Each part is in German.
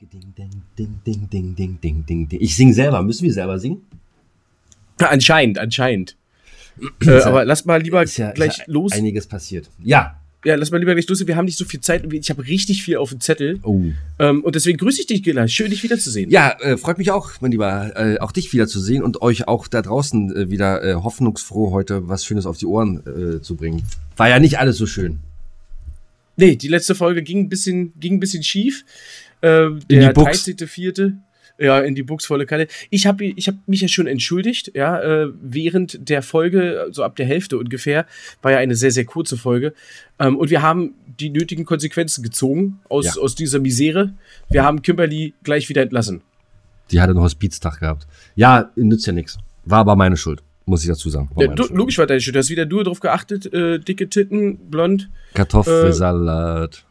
ding, ding, ding, ding, ding, ding, ding, ding, ding. Ich singe selber. Müssen wir selber singen? Ja, anscheinend. Aber lass mal lieber gleich los. Einiges passiert. Ja, lass mal lieber gleich los. Wir haben nicht so viel Zeit und ich habe richtig viel auf dem Zettel. Oh. Und deswegen grüße ich dich, Gilla. Schön, dich wiederzusehen. Ja, freut mich auch, mein Lieber, auch dich wiederzusehen und euch auch da draußen wieder hoffnungsfroh heute was Schönes auf die Ohren zu bringen. War ja nicht alles so schön. Nee, die letzte Folge ging ein bisschen schief. In die Der Buchs. 13.4. Ja, in die Buchs volle Kanne. Ich hab mich ja schon entschuldigt, ja, während der Folge, so ab der Hälfte ungefähr, war ja eine sehr, sehr kurze Folge. Und wir haben die nötigen Konsequenzen gezogen aus dieser Misere. Wir haben Kimberly gleich wieder entlassen. Die hatte einen Hospiztag gehabt. Ja, nützt ja nichts. War aber meine Schuld, muss ich dazu sagen. Logisch war deine Schuld. Du hast wieder nur drauf geachtet, dicke Titten, blond. Kartoffelsalat.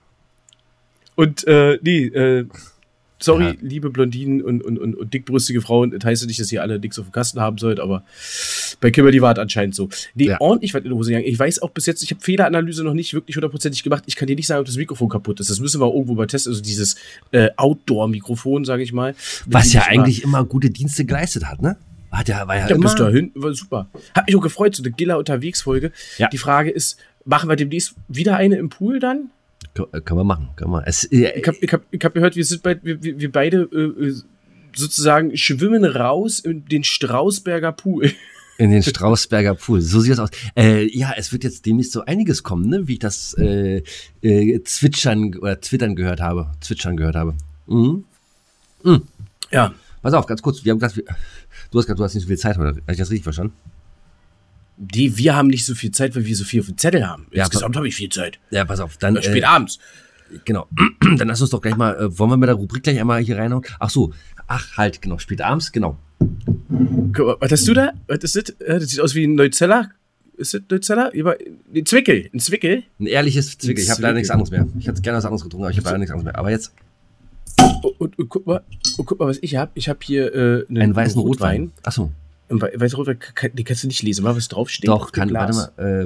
Sorry, Ja. liebe Blondinen und dickbrüstige Frauen, das heißt ja nicht, dass ihr alle nichts auf dem Kasten haben sollt, aber bei Kimberly war es anscheinend so. Ordentlich weit in die Hose gegangen. Ich weiß auch bis jetzt, ich habe Fehleranalyse noch nicht wirklich 100% gemacht. Ich kann dir nicht sagen, ob das Mikrofon kaputt ist. Das müssen wir irgendwo mal testen. Also dieses Outdoor-Mikrofon, sage ich mal. Was ja eigentlich immer gute Dienste geleistet hat, ne? War ja immer. Bis dahin war super. Hat mich auch gefreut, so eine Gilla-Unterwegs-Folge. Ja. Die Frage ist, machen wir demnächst wieder eine im Pool dann? Können wir machen. Ich hab gehört, wir beide sozusagen schwimmen raus in den Strausberger Pool. In den Strausberger Pool. So sieht das aus. Ja, es wird jetzt demnächst so einiges kommen, ne? Wie ich das Twittern gehört habe. Mhm. Mhm. Ja. Pass auf, ganz kurz. Du hast nicht so viel Zeit heute. Habe ich das richtig verstanden? Wir haben nicht so viel Zeit, weil wir so viel auf dem Zettel haben. Ja, Insgesamt habe ich viel Zeit. Ja, pass auf. Dann Spät abends. Genau. Dann lass uns doch gleich mal, wollen wir mit der Rubrik gleich einmal hier reinhauen? Genau, spät abends, genau. Guck mal, was hast du da? Was ist das? Das sieht aus wie ein Neuzeller. Ist das Neuzeller? Ein Zwickel. Ein ehrliches Zwickel. Ich habe leider nichts anderes mehr. Ich hätte gerne was anderes getrunken, aber ich habe leider nichts anderes mehr. Aber jetzt. Und guck mal, was ich habe. Ich habe hier einen weißen Rotwein. Achso. Weißer Rotwein, den kannst du nicht lesen, mal was draufsteht. Doch, warte mal.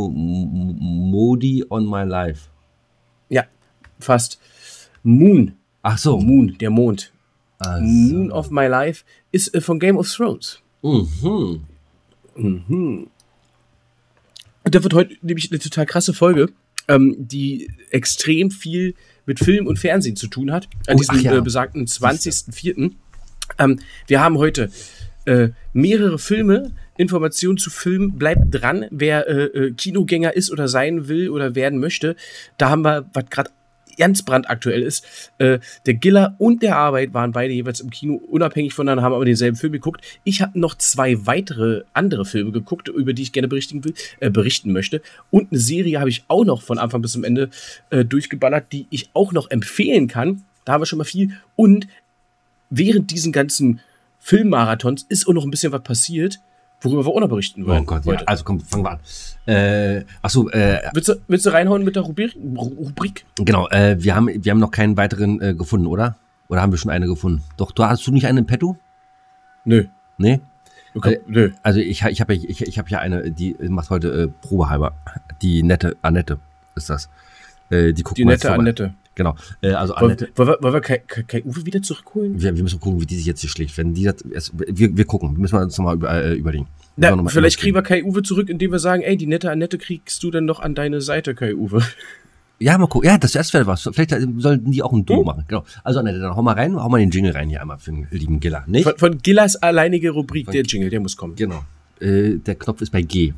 Modi on my life. Ja, fast. Moon. Ach so. Moon, der Mond. Also. Moon of my life ist von Game of Thrones. Mhm. Und da wird heute nämlich eine total krasse Folge, die extrem viel mit Film und Fernsehen zu tun hat. An diesem besagten 20.04. Wir haben heute mehrere Filme, Informationen zu Filmen, bleibt dran, wer Kinogänger ist oder sein will oder werden möchte. Da haben wir, was gerade ganz brandaktuell ist, der Gilla und der Arbeit waren beide jeweils im Kino, unabhängig voneinander, haben aber denselben Film geguckt. Ich habe noch 2 weitere andere Filme geguckt, über die ich gerne berichten möchte. Und eine Serie habe ich auch noch von Anfang bis zum Ende durchgeballert, die ich auch noch empfehlen kann. Da haben wir schon mal viel. Und während diesen ganzen Filmmarathons ist auch noch ein bisschen was passiert, worüber wir auch noch berichten wollen. Oh Gott, ja. Also komm, fangen wir an. Willst du reinhauen mit der Rubrik? Genau, wir haben noch keinen weiteren gefunden, oder? Oder haben wir schon eine gefunden? Doch, hast du nicht einen in petto? Nö. Nee? Nö. Also ich hab ja eine, die macht heute probehalber. Die nette Annette ist das. Die guckt die nette Annette. Genau. Also Annette. Wollen wir Kai Uwe wieder zurückholen? Wir müssen gucken, wie die sich jetzt hier schlägt. Wenn die wir gucken, müssen wir uns nochmal überlegen. Vielleicht kriegen wir Kai Uwe zurück, indem wir sagen, ey, die nette Annette kriegst du dann noch an deine Seite, Kai Uwe. Ja, mal gucken. Ja, das wäre was. Vielleicht sollten die auch ein Duo machen. Genau. Also Annette, dann hau mal den Jingle rein hier einmal für den lieben Gilla. Nicht? Von Gillas alleinige Rubrik, der Jingle, der muss kommen. Genau. Der Knopf ist bei G.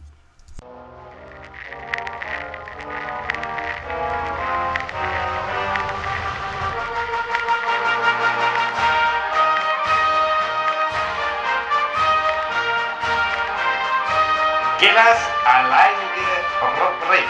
Gillas alleinige Rubrik.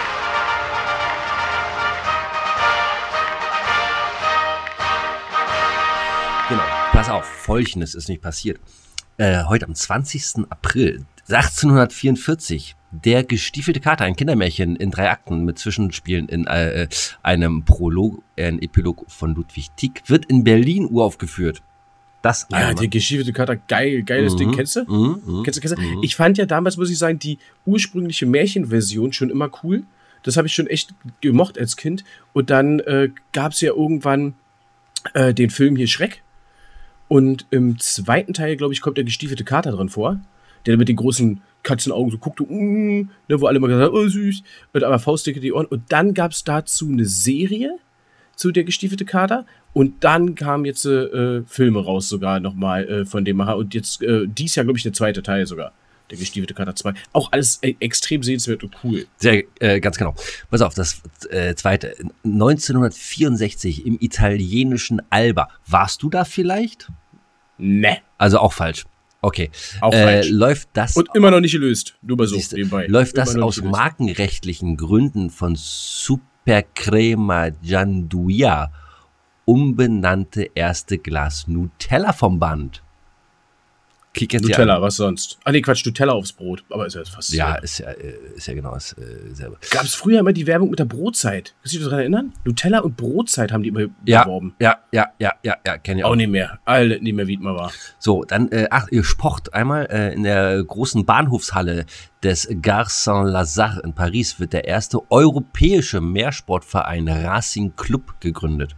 Genau, pass auf, Folgendes ist nicht passiert. Heute am 20. April 1844, der gestiefelte Kater, ein Kindermärchen in 3 Akten mit Zwischenspielen in einem Prolog, ein Epilog von Ludwig Tieck, wird in Berlin uraufgeführt. Das der gestiefelte Kater, geiles Ding. Kennst du? Kennst du? Ich fand ja damals, muss ich sagen, die ursprüngliche Märchenversion schon immer cool. Das habe ich schon echt gemocht als Kind. Und dann gab es ja irgendwann den Film hier Schreck. Und im zweiten Teil, glaube ich, kommt der gestiefelte Kater drin vor. Der mit den großen Katzenaugen so guckt, ne, wo alle mal gesagt haben, oh süß, und aber faustdicke die Ohren. Und dann gab es dazu eine Serie zu der gestiefelte Kater. Und dann kamen jetzt Filme raus sogar nochmal von dem Macher. Und jetzt dies Jahr, glaube ich, der zweite Teil sogar. Der gestiefelte Kater 2. Auch alles extrem sehenswert und cool. Sehr, ganz genau. Pass auf, das zweite. 1964 im italienischen Alba. Warst du da vielleicht? Ne. Also auch falsch. Okay. Auch falsch. Läuft das... Und immer noch nicht gelöst. Nur mal so nebenbei. Läuft das aus markenrechtlichen Gründen von Supercrema Gianduia umbenannte erste Glas Nutella vom Band? Nutella, was sonst? Ah, nee, Quatsch, Nutella aufs Brot. Aber ist ja fast ja, ist ja genau dasselbe. Gab es früher immer die Werbung mit der Brotzeit? Kannst du dich daran erinnern? Nutella und Brotzeit haben die immer beworben. Ja, kenn ich auch. Auch nicht mehr. Alle nicht mehr, wie es mal war. So, dann, ihr Sport. Einmal in der großen Bahnhofshalle des Gare Saint-Lazare in Paris wird der erste europäische Meersportverein Racing Club gegründet.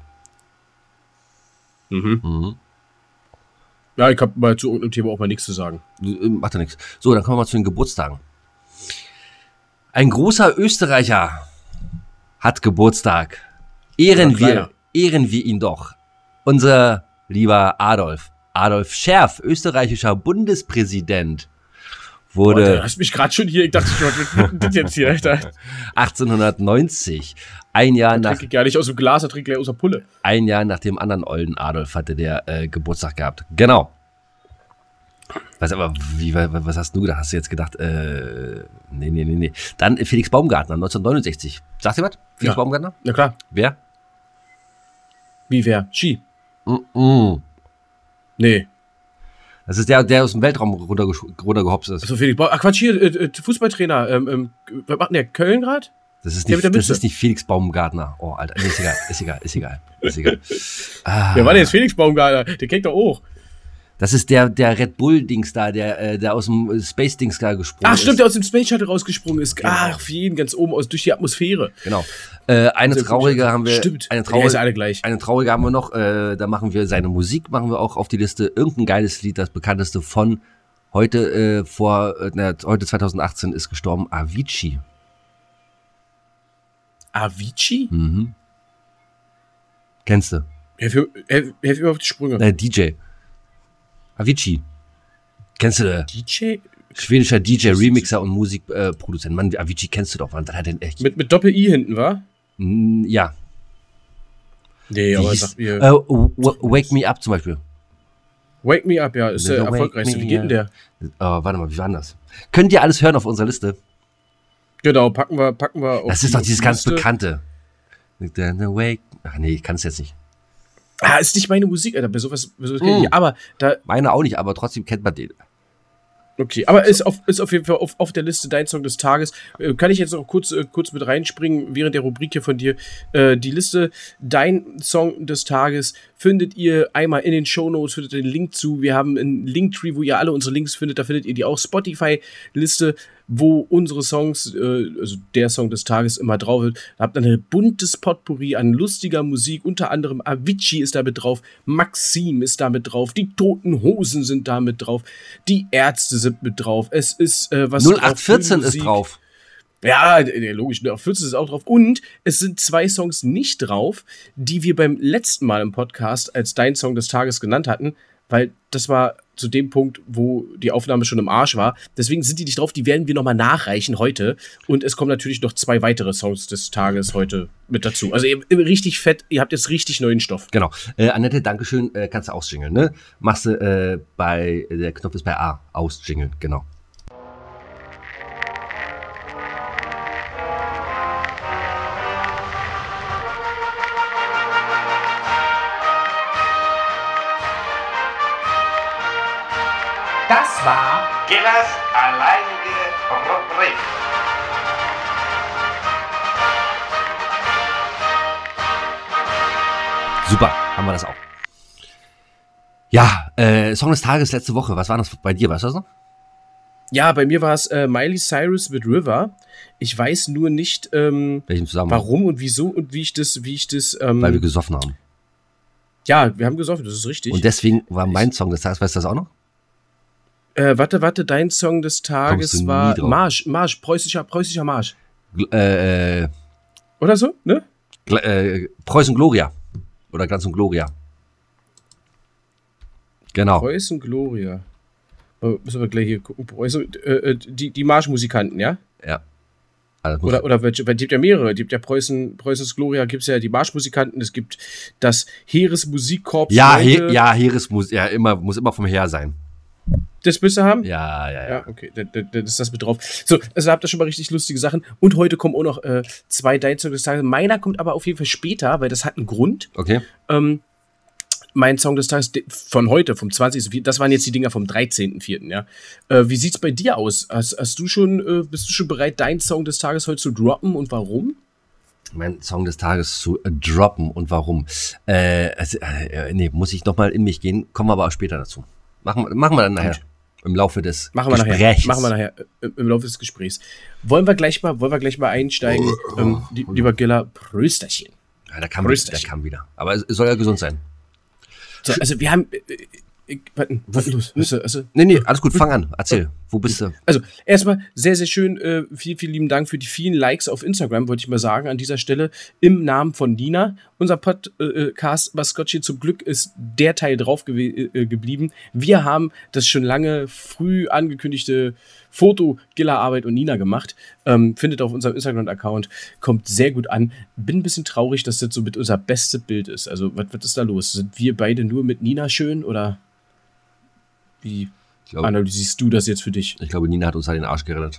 Ja, ich habe mal zu irgendeinem Thema auch mal nichts zu sagen. Macht ja nichts. So, dann kommen wir mal zu den Geburtstagen. Ein großer Österreicher hat Geburtstag. Ehren wir ihn doch. Unser lieber Adolf. Adolf Scherf, österreichischer Bundespräsident, wurde... Du hast mich gerade schon hier, ich dachte, was wird das jetzt hier, Alter? 1890, ein Jahr nach... trinke ich gar nicht aus dem Glas, er trinkt gleich aus der Pulle. Ein Jahr nach dem anderen olden Adolf hatte der Geburtstag gehabt. Genau. Was hast du gedacht? Hast du jetzt gedacht, nee. Dann Felix Baumgartner, 1969. Sagt ihr was? Felix Baumgartner? Na klar. Wer? Wie wer? Ski? Nee. Das ist der aus dem Weltraum runtergehopst ist. Also Felix Baumgartner. Ach Quatsch, hier, Fußballtrainer. Was macht denn der? Köln gerade? Das ist nicht Felix Baumgartner. Oh, Alter. Nee, ist egal. Wer war denn jetzt Felix Baumgartner? Der kennt doch auch. Das ist der Red Bull-Dings da, der aus dem Space-Dings da gesprungen ist. Ach stimmt, der aus dem Space Shuttle rausgesprungen ist. Genau. Ach, für jeden ganz oben durch die Atmosphäre. Genau. Eine traurige haben wir. Stimmt, eine traurige haben wir noch. Da machen wir seine Musik, machen wir auch auf die Liste. Irgendein geiles Lied, das bekannteste von heute, heute 2018 ist gestorben, Avicii. Avicii? Mhm. Kennst du? Helf mir auf die Sprünge. DJ. Avicii. Kennst du? DJ? Schwedischer DJ, Remixer und Musikproduzent. Mann, Avicii kennst du doch. Was hat er denn echt? Mit Doppel-I hinten, wa? Ja. Nee, aber sag mir. Wake Me Up zum Beispiel. Wake Me Up, ja, ist der erfolgreichste. Wie geht denn der? Warte mal, wie war denn das? Könnt ihr alles hören auf unserer Liste? Genau, packen wir auf. Das ist doch dieses ganz Bekannte. Ach nee, ich kann es jetzt nicht. Ist nicht meine Musik, Alter. Bei sowas kenn ich. Aber da. Meine auch nicht, aber trotzdem kennt man den. Okay, aber ist auf jeden Fall auf der Liste dein Song des Tages. Kann ich jetzt noch kurz mit reinspringen, während der Rubrik hier von dir. Die Liste, dein Song des Tages, findet ihr einmal in den Shownotes, findet ihr den Link zu. Wir haben einen Linktree, wo ihr alle unsere Links findet. Da findet ihr die auch. Spotify-Liste, wo unsere Songs, also der Song des Tages immer drauf ist. Da habt ihr ein buntes Potpourri an lustiger Musik. Unter anderem Avicii ist da mit drauf. Maxim ist da mit drauf. Die Toten Hosen sind da mit drauf. Die Ärzte sind mit drauf. Es ist was 0814 ist drauf. Ja, logisch, 0814 ist auch drauf. Und es sind 2 Songs nicht drauf, die wir beim letzten Mal im Podcast als dein Song des Tages genannt hatten, weil das war zu dem Punkt, wo die Aufnahme schon im Arsch war. Deswegen sind die nicht drauf, die werden wir nochmal nachreichen heute. Und es kommen natürlich noch 2 weitere Songs des Tages heute mit dazu. Also ihr richtig fett, ihr habt jetzt richtig neuen Stoff. Genau. Annette, Dankeschön, kannst du ausjingeln, ne? Machst du der Knopf ist bei A, ausjingeln, genau. Das war Gillas alleinige Rubrik. Super, haben wir das auch. Ja, Song des Tages letzte Woche. Was war das bei dir? Weißt du das noch? Ja, bei mir war es Miley Cyrus mit River. Ich weiß nur nicht, Welchen Zusammenhang? warum und wieso und wie ich das. Weil wir gesoffen haben. Ja, wir haben gesoffen, das ist richtig. Und deswegen war mein Song des Tages, weißt du das auch noch? Warte, dein Song des Tages war Marsch, preußischer Marsch. Oder so, ne? Preußen Gloria. Oder Glanz und Gloria. Genau. Preußen Gloria. Müssen wir gleich hier gucken. Preußen, die Marschmusikanten, ja? Ja. Oder es gibt ja mehrere. Es gibt ja Preußens Gloria, gibt es ja die Marschmusikanten, es gibt das Heeresmusikkorps. Ja, Heeresmusik, ja, muss immer vom Heer sein. Das müsst ihr haben? Ja. Okay, dann ist das mit drauf. So, also habt ihr schon mal richtig lustige Sachen. Und heute kommen auch noch 2 Dein Song des Tages. Meiner kommt aber auf jeden Fall später, weil das hat einen Grund. Okay. Mein Song des Tages von heute, vom 20.04., das waren jetzt die Dinger vom 13.04., ja. Wie sieht's bei dir aus? Bist du schon bereit, deinen Song des Tages heute zu droppen und warum? Mein Song des Tages zu droppen und warum? Nee, muss ich nochmal in mich gehen, kommen wir aber auch später dazu. Machen wir dann nachher. Im Laufe des Gesprächs. Machen wir nachher. Im Laufe des Gesprächs. Wollen wir gleich mal einsteigen? Lieber Giller, Prösterchen. Ja, der kam wieder. Aber es soll ja gesund sein. So, also wir haben... Was los? Nee, alles gut, fang an. Erzähl, wo bist du? Also, erstmal sehr, sehr schön. Vielen lieben Dank für die vielen Likes auf Instagram, wollte ich mal sagen, an dieser Stelle. Im Namen von Nina. Unser Podcast-Maskottchen, zum Glück ist der Teil drauf geblieben. Wir haben das schon lange früh angekündigte Foto Gillerarbeit und Nina gemacht. Findet auf unserem Instagram-Account. Kommt sehr gut an. Bin ein bisschen traurig, dass das so mit unser bestes Bild ist. Also, was ist da los? Sind wir beide nur mit Nina schön oder... Wie analysierst du das jetzt für dich? Ich glaube, Nina hat uns halt den Arsch gerettet.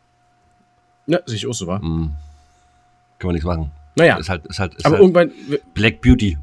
Ja, sehe ich auch so, wa? Kann man nichts machen. Naja. Ist halt aber irgendwann... Black Beauty.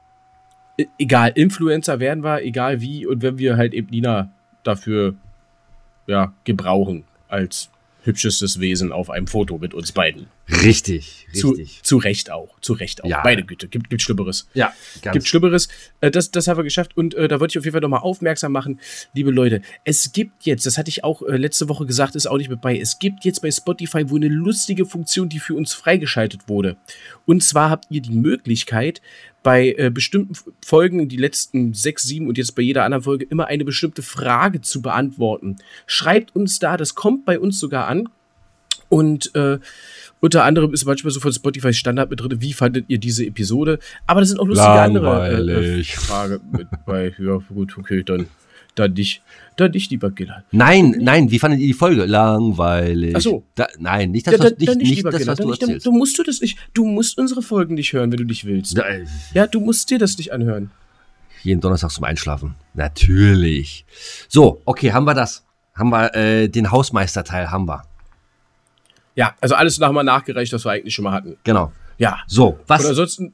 Egal, Influencer werden wir, egal wie. Und wenn wir halt eben Nina dafür gebrauchen als hübschestes Wesen auf einem Foto mit uns beiden. Richtig. Zu Recht auch. Ja. Meine Güte, gibt Schlimmeres. Ja, gibt Schlimmeres. Das haben wir geschafft und da wollte ich auf jeden Fall nochmal aufmerksam machen, liebe Leute, es gibt jetzt, das hatte ich auch letzte Woche gesagt, ist auch nicht mit bei, es gibt jetzt bei Spotify wohl eine lustige Funktion, die für uns freigeschaltet wurde. Und zwar habt ihr die Möglichkeit, bei bestimmten Folgen, die letzten 6, 7 und jetzt bei jeder anderen Folge, immer eine bestimmte Frage zu beantworten. Schreibt uns da, das kommt bei uns sogar an. Und unter anderem ist manchmal so von Spotify Standard mit drin, wie fandet ihr diese Episode? Aber da sind auch lustige andere Fragen mit bei. Ja, gut, okay, dann nicht. Dann nicht, lieber Giller. Nein, wie fandet ihr die Folge? Langweilig. Ach so. Nein, nicht das, was du erzählst. Du musst das nicht. Du musst unsere Folgen nicht hören, wenn du nicht willst. Ja, du musst dir das nicht anhören. Jeden Donnerstag zum Einschlafen. Natürlich. So, okay, haben wir das. Haben wir den Hausmeisterteil, haben wir. Ja, also alles nochmal nachgereicht, was wir eigentlich schon mal hatten. Genau. Ja. So, was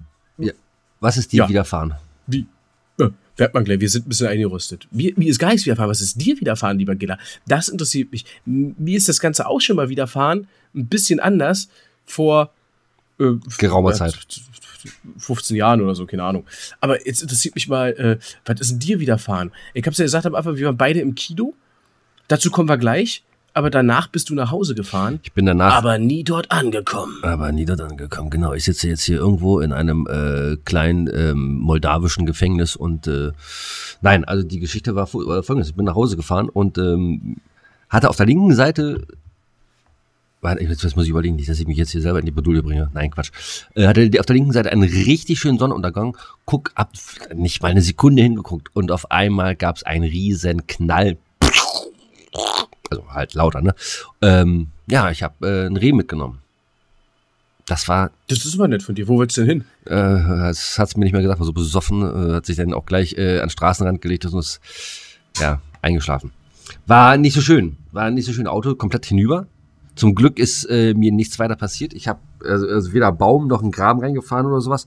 ist dir Ja. widerfahren? Merkt man gleich, wir sind ein bisschen eingerüstet. Mir ist gar nichts widerfahren. Was ist dir widerfahren, lieber Giller? Das interessiert mich. Mir ist das Ganze auch schon mal widerfahren. Ein bisschen anders. Vor geraumer Zeit. 15 Jahren oder so, keine Ahnung. Aber jetzt interessiert mich mal, was ist denn dir widerfahren? Ich hab's ja gesagt am Anfang, wir waren beide im Kino. Dazu kommen wir gleich. Aber danach bist du nach Hause gefahren. Ich bin danach. Aber nie dort angekommen. Genau. Ich sitze jetzt hier irgendwo in einem kleinen moldawischen Gefängnis und nein, also die Geschichte war folgendes. Ich bin nach Hause gefahren und hatte auf der linken Seite, jetzt muss ich überlegen, nicht, dass ich mich jetzt hier selber in die Bredouille bringe. Nein, Quatsch. Hatte auf der linken Seite einen richtig schönen Sonnenuntergang. Nicht mal eine Sekunde hingeguckt und auf einmal gab es einen riesen Knall. Also halt lauter, ne? Ich habe ein Reh mitgenommen. Das ist aber nett von dir. Wo willst du denn hin? Das hat es mir nicht mehr gesagt, war so besoffen, hat sich dann auch gleich an den Straßenrand gelegt und ist eingeschlafen. War nicht so schön. Auto, komplett hinüber. Zum Glück ist mir nichts weiter passiert. Ich habe also weder Baum noch einen Graben reingefahren oder sowas.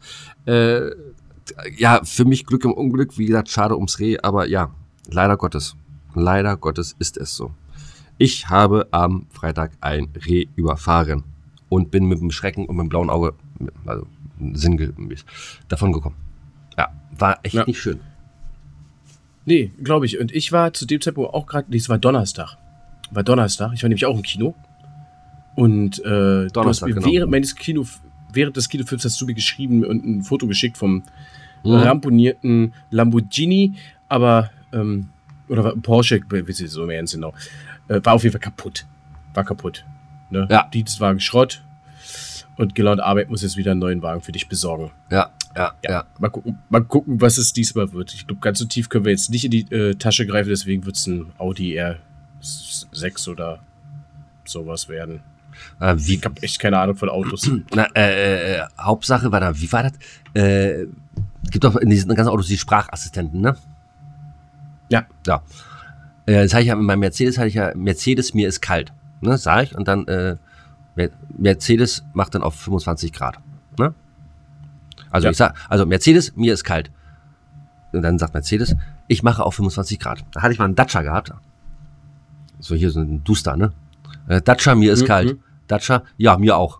Für mich Glück im Unglück. Wie gesagt, schade ums Reh, aber ja, leider Gottes ist es so. Ich habe am Freitag ein Reh überfahren und bin mit dem Schrecken und mit dem blauen Auge, also sinngemäß, davon gekommen. Ja, war echt nicht schön. Nee, glaube ich. Und ich war zu dem Zeitpunkt auch gerade, es war Donnerstag. Ich war nämlich auch im Kino. Und du hast mir während des Kinofilms hast du mir geschrieben und ein Foto geschickt vom ramponierten Lamborghini, aber, oder Porsche, weiß ich so mehr genau, war auf jeden Fall kaputt. War kaputt. Ne? Ja. Dienstwagen Schrott und gelaunt Arbeit muss jetzt wieder einen neuen Wagen für dich besorgen. Ja. Mal gucken, was es diesmal wird. Ich glaube, ganz so tief können wir jetzt nicht in die Tasche greifen, deswegen wird es ein Audi R6 oder sowas werden. Ich habe echt keine Ahnung von Autos. Hauptsache, wie war das? Gibt doch in diesen ganzen Autos die Sprachassistenten, ne? Ja. Das hatte ich ja mit meinem Mercedes, Mercedes, mir ist kalt. Ne, sag ich, und dann Mercedes macht dann auf 25 Grad. Ne? Also ich sag, Mercedes, mir ist kalt. Und dann sagt Mercedes, ich mache auf 25 Grad. Da hatte ich mal einen Dacia gehabt. So hier so ein Duster, ne? Dacia, mir ist kalt. Dacia, ja, mir auch.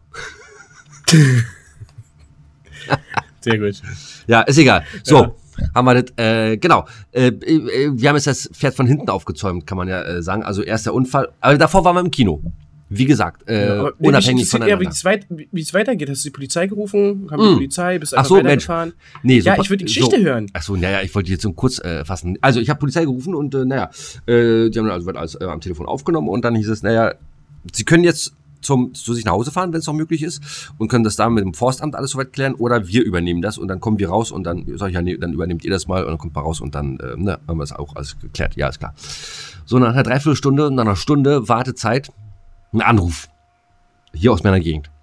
Sehr gut. Ja, ist egal. So, haben wir das, genau. Wir haben jetzt das Pferd von hinten aufgezäumt, kann man ja sagen. Also erst der Unfall, aber davor waren wir im Kino. Wie gesagt, unabhängig voneinander. Wie es weitergeht. Hast du die Polizei gerufen? Haben die Polizei? Bist einfach weitergefahren? Nee, ja, ich würde die Geschichte hören. Achso, naja, ich wollte jetzt so kurz fassen. Also ich habe Polizei gerufen und die haben also alles am Telefon aufgenommen und dann hieß es, sie können jetzt zu sich nach Hause fahren, wenn es noch möglich ist, und können das da mit dem Forstamt alles soweit klären, oder wir übernehmen das und dann kommen wir raus und dann sag ich ja, nee, dann übernehmt ihr das mal und dann kommt man raus und dann haben wir es auch alles geklärt. Ja, ist klar. So, nach einer Dreiviertelstunde, nach einer Stunde Wartezeit, ein Anruf. Hier aus meiner Gegend.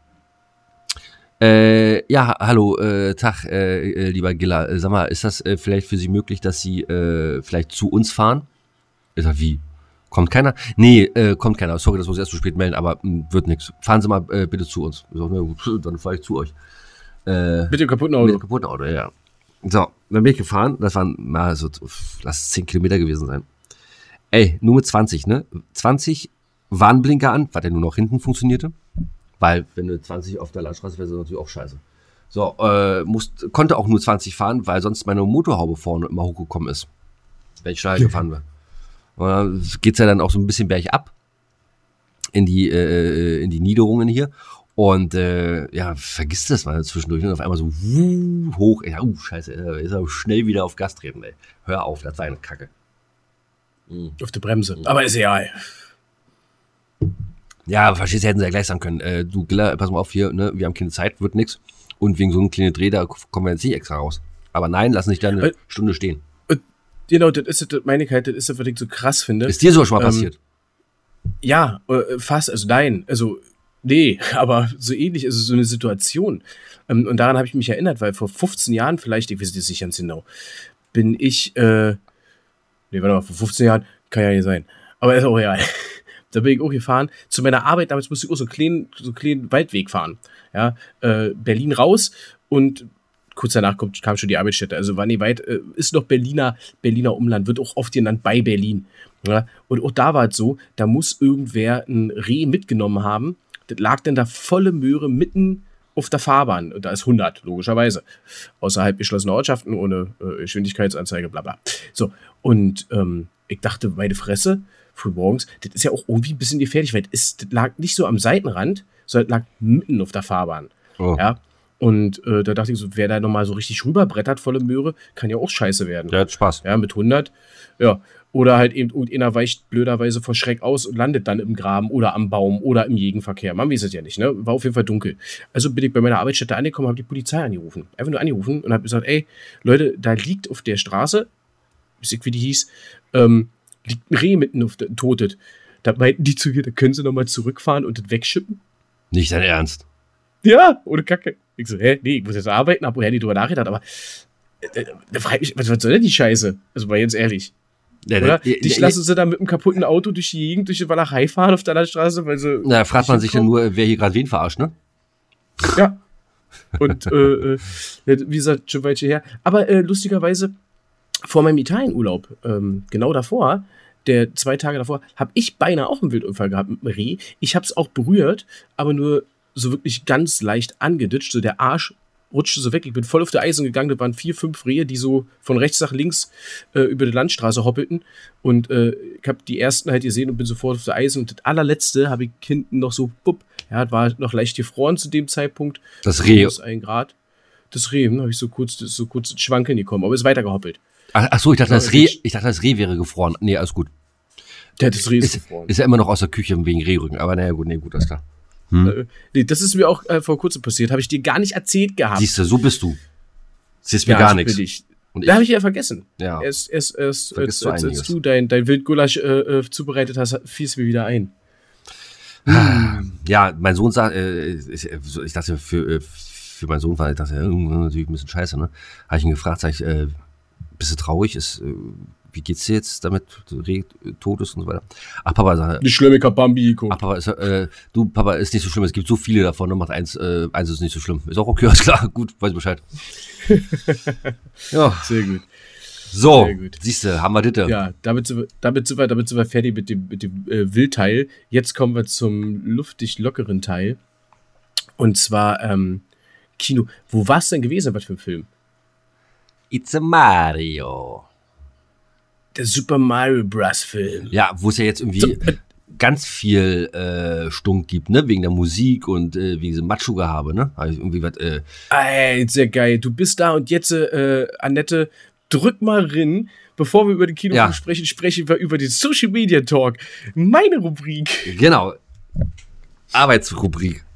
Ja, hallo, Tag, lieber Giller. Sag mal, ist das vielleicht für Sie möglich, dass Sie vielleicht zu uns fahren? Ich sag, wie? Kommt keiner? Nee, kommt keiner. Sorry, das muss ich erst zu spät melden, aber wird nichts. Fahren Sie mal bitte zu uns. Ich sag, na gut, dann fahre ich zu euch. Mit dem kaputten Auto? Mit dem kaputten Auto, ja. So, dann bin ich gefahren. Das waren mal so, lass es 10 Kilometer gewesen sein. Ey, nur mit 20, ne? 20 Warnblinker an, was ja nur noch hinten funktionierte. Weil, wenn du 20 auf der Landstraße fährst, ist das natürlich auch scheiße. So, konnte auch nur 20 fahren, weil sonst meine Motorhaube vorne immer hochgekommen ist. Wenn ich schnell gefahren wäre. Und dann geht's ja dann auch so ein bisschen bergab in die Niederungen hier. Und vergiss das mal zwischendurch. Und auf einmal so hoch. Ey, scheiße, ist er schnell wieder auf Gas treten, ey. Hör auf, das war eine Kacke. Auf der Bremse. Aber ist egal. Ja, verstehst du, hätten sie ja gleich sagen können. Du, Giller, pass mal auf hier, ne? Wir haben keine Zeit, wird nix. Und wegen so einem kleinen Dreh, da kommen wir jetzt nicht extra raus. Aber nein, lass nicht da eine Stunde stehen. Genau, das ist das, meine Karte, das ist, was ich so krass finde. Ist dir sowas schon mal passiert? Ja, fast, also nein, also nee, aber so ähnlich ist es so eine Situation. Und daran habe ich mich erinnert, weil vor 15 Jahren vielleicht, ich weiß es nicht ganz genau, bin ich, vor 15 Jahren, kann ja nicht sein, aber ist auch real. Da bin ich auch gefahren, zu meiner Arbeit, damals musste ich auch so einen kleinen Waldweg fahren, ja, Berlin raus und kurz danach kam schon die Arbeitsstätte, also war nicht weit, ist noch Berliner Umland, wird auch oft genannt bei Berlin. Ja? Und auch da war es so, da muss irgendwer ein Reh mitgenommen haben, das lag dann da volle Möhre mitten auf der Fahrbahn, und da ist 100, logischerweise, außerhalb geschlossener Ortschaften, ohne Geschwindigkeitsanzeige, bla bla. So, und ich dachte, meine Fresse, früh morgens, das ist ja auch irgendwie ein bisschen gefährlich, weil das lag nicht so am Seitenrand, sondern lag mitten auf der Fahrbahn. Oh. Ja. Und da dachte ich so, wer da nochmal so richtig rüberbrettert, volle Möhre, kann ja auch scheiße werden. Der hat Spaß. Ja, mit 100. Ja. Oder halt eben irgendeiner weicht blöderweise vor Schreck aus und landet dann im Graben oder am Baum oder im Gegenverkehr. Man weiß es ja nicht, ne? War auf jeden Fall dunkel. Also bin ich bei meiner Arbeitsstätte angekommen, habe die Polizei angerufen. Einfach nur angerufen und habe gesagt, ey, Leute, da liegt auf der Straße, weiß ich, wie die hieß, liegt ein Reh mitten auf der totet. Da meinten die zu mir, da können sie nochmal zurückfahren und das wegschippen. Nicht dein Ernst? Ja, ohne Kacke. Ich so, nee, ich muss jetzt arbeiten, hab woher die drüber nachgedacht, aber da frage ich mich, was soll denn die Scheiße? Also mal ganz ehrlich. Oder? Dich lassen sie da mit einem kaputten Auto durch die Gegend, durch die Walachei fahren auf der anderen Straße, weil sie. Na, fragt man sich ja nur, wer hier gerade wen verarscht, ne? Ja. Und wie gesagt, schon weit her. Aber lustigerweise, vor meinem Italienurlaub, genau davor, der 2 Tage davor, habe ich beinahe auch einen Wildunfall gehabt mit einem Reh. Ich habe es auch berührt, aber nur so wirklich ganz leicht angeditscht. So der Arsch rutschte so weg. Ich bin voll auf der Eisen gegangen. Da waren 4, 5 Rehe, die so von rechts nach links über die Landstraße hoppelten. Und ich habe die ersten halt gesehen und bin sofort auf der Eisen. Und das allerletzte habe ich hinten noch so, das war noch leicht gefroren zu dem Zeitpunkt. Das Reh. -1 Grad. das Reh, habe ich so kurz ins Schwankeln gekommen, aber ist weitergehoppelt. Ach so, ich dachte, das Reh wäre gefroren. Nee, alles gut. Das Reh ist gefroren. Ist ja immer noch aus der Küche wegen Rehrücken, aber naja, gut, alles klar. Nee, das ist mir auch vor kurzem passiert, habe ich dir gar nicht erzählt gehabt. Siehst du, so bist du. Siehst mir gar nichts. Da habe ich ja vergessen. Ja. Als du dein Wildgulasch zubereitet hast, fiel es mir wieder ein. Ja, mein Sohn sagt, ich dachte, für meinen Sohn war das natürlich ein bisschen scheiße, ne? Habe ich ihn gefragt, sag ich, bist du traurig? Wie geht's dir jetzt damit, Reh tot ist und so weiter? Ach, Papa sagt, nicht schlimm, ich hab Bambi geguckt. Ach, Papa, ist nicht so schlimm, es gibt so viele davon, ne? Macht eins ist nicht so schlimm. Ist auch okay, alles klar, gut, weiß Bescheid. Ja. Sehr gut. So, siehst du, haben wir das. Ja, damit sind wir fertig mit dem Wildteil. Jetzt kommen wir zum luftig lockeren Teil. Und zwar Kino. Wo war es denn gewesen, was für ein Film? It's a Mario. Der Super Mario Bros. Film. Ja, wo es ja jetzt irgendwie ganz viel Stunk gibt, ne? Wegen der Musik und wegen diesem Macho-Gehabe, ne? Hab ich irgendwie was. Sehr geil. Du bist da und jetzt, Annette, drück mal rein. Bevor wir über den Kinofilm sprechen wir über den Social Media Talk. Meine Rubrik. Genau. Arbeitsrubrik.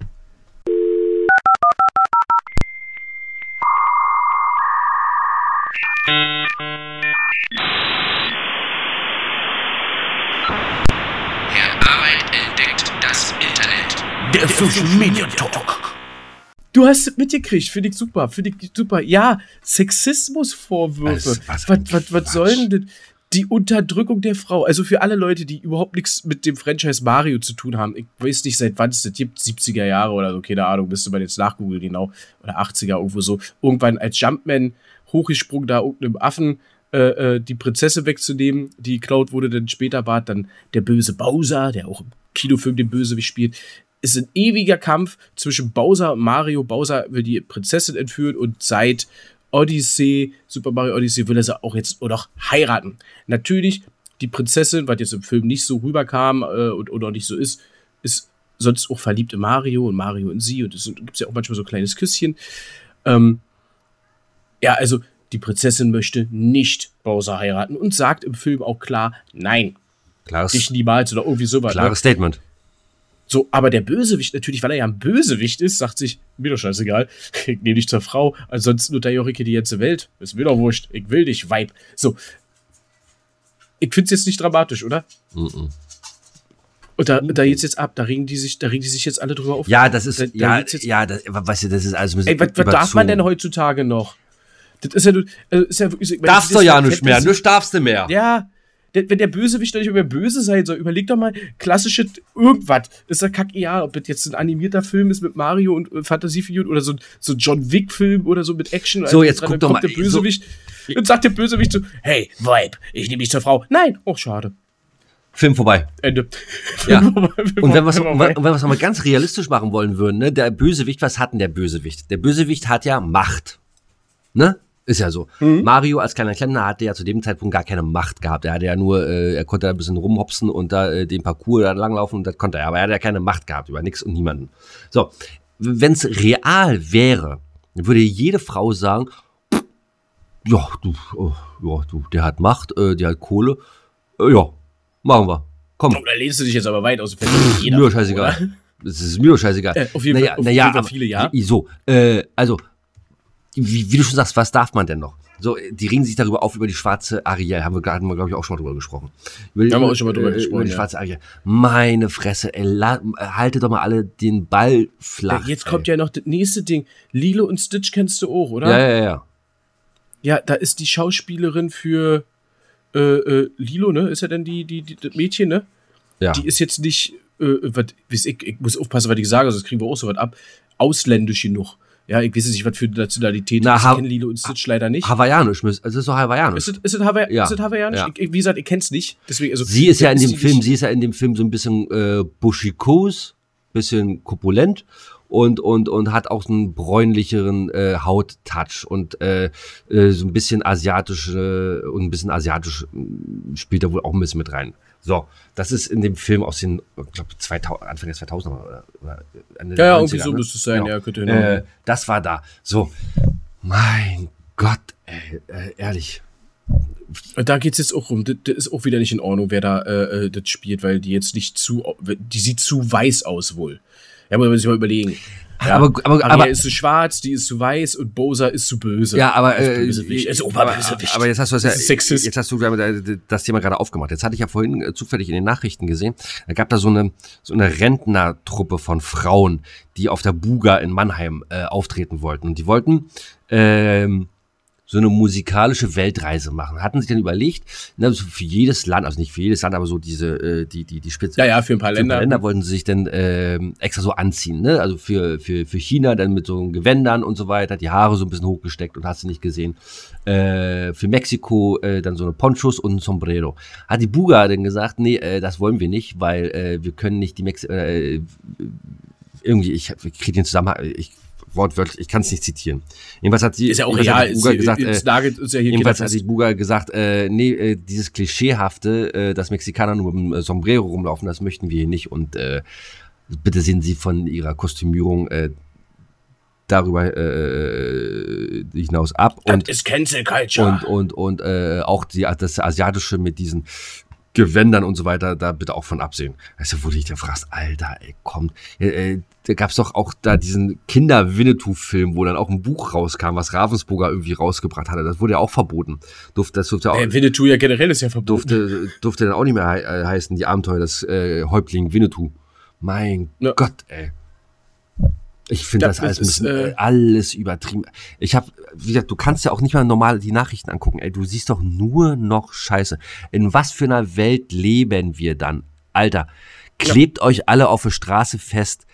Der Social Media Talk. Du hast es mitgekriegt, finde ich super. Ja, Sexismusvorwürfe. Was soll denn das? Die Unterdrückung der Frau. Also für alle Leute, die überhaupt nichts mit dem Franchise Mario zu tun haben. Ich weiß nicht, seit wann es das gibt. 70er Jahre oder so, keine Ahnung. Müsste man jetzt nachgoogeln, genau. Oder 80er, irgendwo so. Irgendwann als Jumpman hochgesprungen, da irgendeinem Affen die Prinzessin wegzunehmen, die geklaut wurde. Dann später war dann der böse Bowser, der auch im Kinofilm den Bösewicht spielt. Ist ein ewiger Kampf zwischen Bowser und Mario. Bowser will die Prinzessin entführen und seit Super Mario Odyssey will er sie auch jetzt noch heiraten. Natürlich, die Prinzessin, was jetzt im Film nicht so rüberkam oder nicht so ist sonst auch verliebt in Mario und Mario in sie und es gibt ja auch manchmal so ein kleines Küsschen. Ja, also die Prinzessin möchte nicht Bowser heiraten und sagt im Film auch klar, nein. Dich niemals oder irgendwie sowas. Klares Statement. So, aber der Bösewicht natürlich, weil er ja ein Bösewicht ist, sagt sich, mir doch scheißegal, ich nehme dich zur Frau, ansonsten unterjoche ich die ganze Welt. Ist mir doch wurscht, ich will dich, Weib. So. Ich find's jetzt nicht dramatisch, oder? Und da geht's jetzt ab, da regen die sich jetzt alle drüber auf. Ja, das ist, weißt du, das ist alles ein bisschen. Ey, was darf man denn heutzutage noch? Das ist ja nur. Darfst du ja nicht mehr, nicht darfst du mehr. Ja. Wenn der Bösewicht doch nicht mehr böse sein soll, überleg doch mal, klassische irgendwas. Ist ja kackegal, ob das jetzt ein animierter Film ist mit Mario und Fantasiefiguren oder so ein John Wick-Film oder so mit Action. So, jetzt guck doch mal. Der Bösewicht und sagt der Bösewicht so, hey, Weib, ich nehme dich zur Frau. Nein, oh, schade. Film vorbei. Ende. Ja. Und wenn wir es mal ganz realistisch machen wollen würden, ne, der Bösewicht, was hat denn der Bösewicht? Der Bösewicht hat ja Macht. Ne? Ist ja so. Mario als kleiner Klempner hatte ja zu dem Zeitpunkt gar keine Macht gehabt. Er hatte ja nur, er konnte ein bisschen rumhopsen und da den Parcours da langlaufen und das konnte er. Aber er hat ja keine Macht gehabt über nichts und niemanden. So, wenn es real wäre, würde jede Frau sagen, ja, du, der hat Macht, der hat Kohle, ja, machen wir. Komm. Oh, da lehnst du dich jetzt aber weit aus dem Fenster. Mir doch scheißegal. Das ist mir doch scheißegal. Auf jeden Fall viele, ja. So, also, wie du schon sagst, was darf man denn noch? So, die regen sich darüber auf, über die schwarze Ariel. Hatten wir, glaube ich, auch schon mal drüber gesprochen. Haben wir auch schon mal drüber gesprochen, über die schwarze Ariel. Meine Fresse, ey, haltet doch mal alle den Ball flach. Jetzt kommt ja noch das nächste Ding. Lilo und Stitch kennst du auch, oder? Ja. Ja, da ist die Schauspielerin für Lilo, ne? Ist ja dann das Mädchen, ne? Ja. Die ist jetzt nicht, ich muss aufpassen, was ich sage, sonst kriegen wir auch so was ab. Ausländisch genug. Ja, ich weiß nicht, was für Nationalität ist. Ich kenne Lilo und Stitch leider nicht. Hawaiianisch, also es ist doch Hawaiianisch. Ist es Hawaiianisch? Ja. Wie gesagt, ich kenn's nicht. Deswegen, also, sie ist ja in dem Film so ein bisschen buschikos, bisschen korpulent und hat auch so einen bräunlicheren Hauttouch und so ein bisschen asiatisch spielt da wohl auch ein bisschen mit rein. So, das ist in dem Film aus den, ich glaube, Anfang der 2000er oder Ende der 90er. Irgendwie so müsste es sein, ja, könnte hin. Das war da. So, Mein Gott, ey, ehrlich. Da geht's jetzt auch rum. Das ist auch wieder nicht in Ordnung, wer da das spielt, weil die jetzt nicht die sieht zu weiß aus wohl. Ja, muss man sich mal überlegen. Ja, aber ist zu schwarz, die ist zu weiß und Bowser ist zu böse. Ja, aber aber jetzt hast du jetzt hast du das Thema gerade aufgemacht. Jetzt hatte ich ja vorhin zufällig in den Nachrichten gesehen, da gab da so eine Rentnertruppe von Frauen, die auf der Buga in Mannheim auftreten wollten. Und die wollten so eine musikalische Weltreise machen. Hatten sich dann überlegt, ne, so für jedes Land, also nicht für jedes Land, aber so diese, die Spitze. Ja, für ein paar Länder. Länder wollten sie sich dann extra so anziehen, ne? Also für China dann mit so Gewändern und so weiter, die Haare so ein bisschen hochgesteckt und hast du nicht gesehen. Für Mexiko dann so eine Ponchos und ein Sombrero. Hat die Buga dann gesagt, nee, das wollen wir nicht, weil wir können nicht die irgendwie, ich kriege den Zusammenhang, wortwörtlich, ich kann es nicht zitieren. Jedenfalls hat sie, ist ja auch real, jedenfalls hat die Buga gesagt, nee, dieses Klischeehafte, dass Mexikaner nur mit dem Sombrero rumlaufen, das möchten wir hier nicht und bitte sehen Sie von ihrer Kostümierung darüber hinaus ab. Das ist Cancel Culture. Und auch das Asiatische mit diesen Gewändern und so weiter, da bitte auch von absehen. Weißt du, wo du dich da fragst, Alter, ey, kommt. Da gab's doch auch da diesen Kinder-Winnetou-Film, wo dann auch ein Buch rauskam, was Ravensburger irgendwie rausgebracht hatte. Das wurde ja auch verboten. Durfte auch, Winnetou ja generell ist ja verboten. Durfte dann auch nicht mehr heißen, die Abenteuer des Häuptling Winnetou. Mein Gott, ey. Ich finde das alles ein bisschen alles übertrieben. Wie gesagt, du kannst ja auch nicht mal normal die Nachrichten angucken. Ey, du siehst doch nur noch Scheiße. In was für einer Welt leben wir dann? Alter, klebt euch alle auf der Straße fest.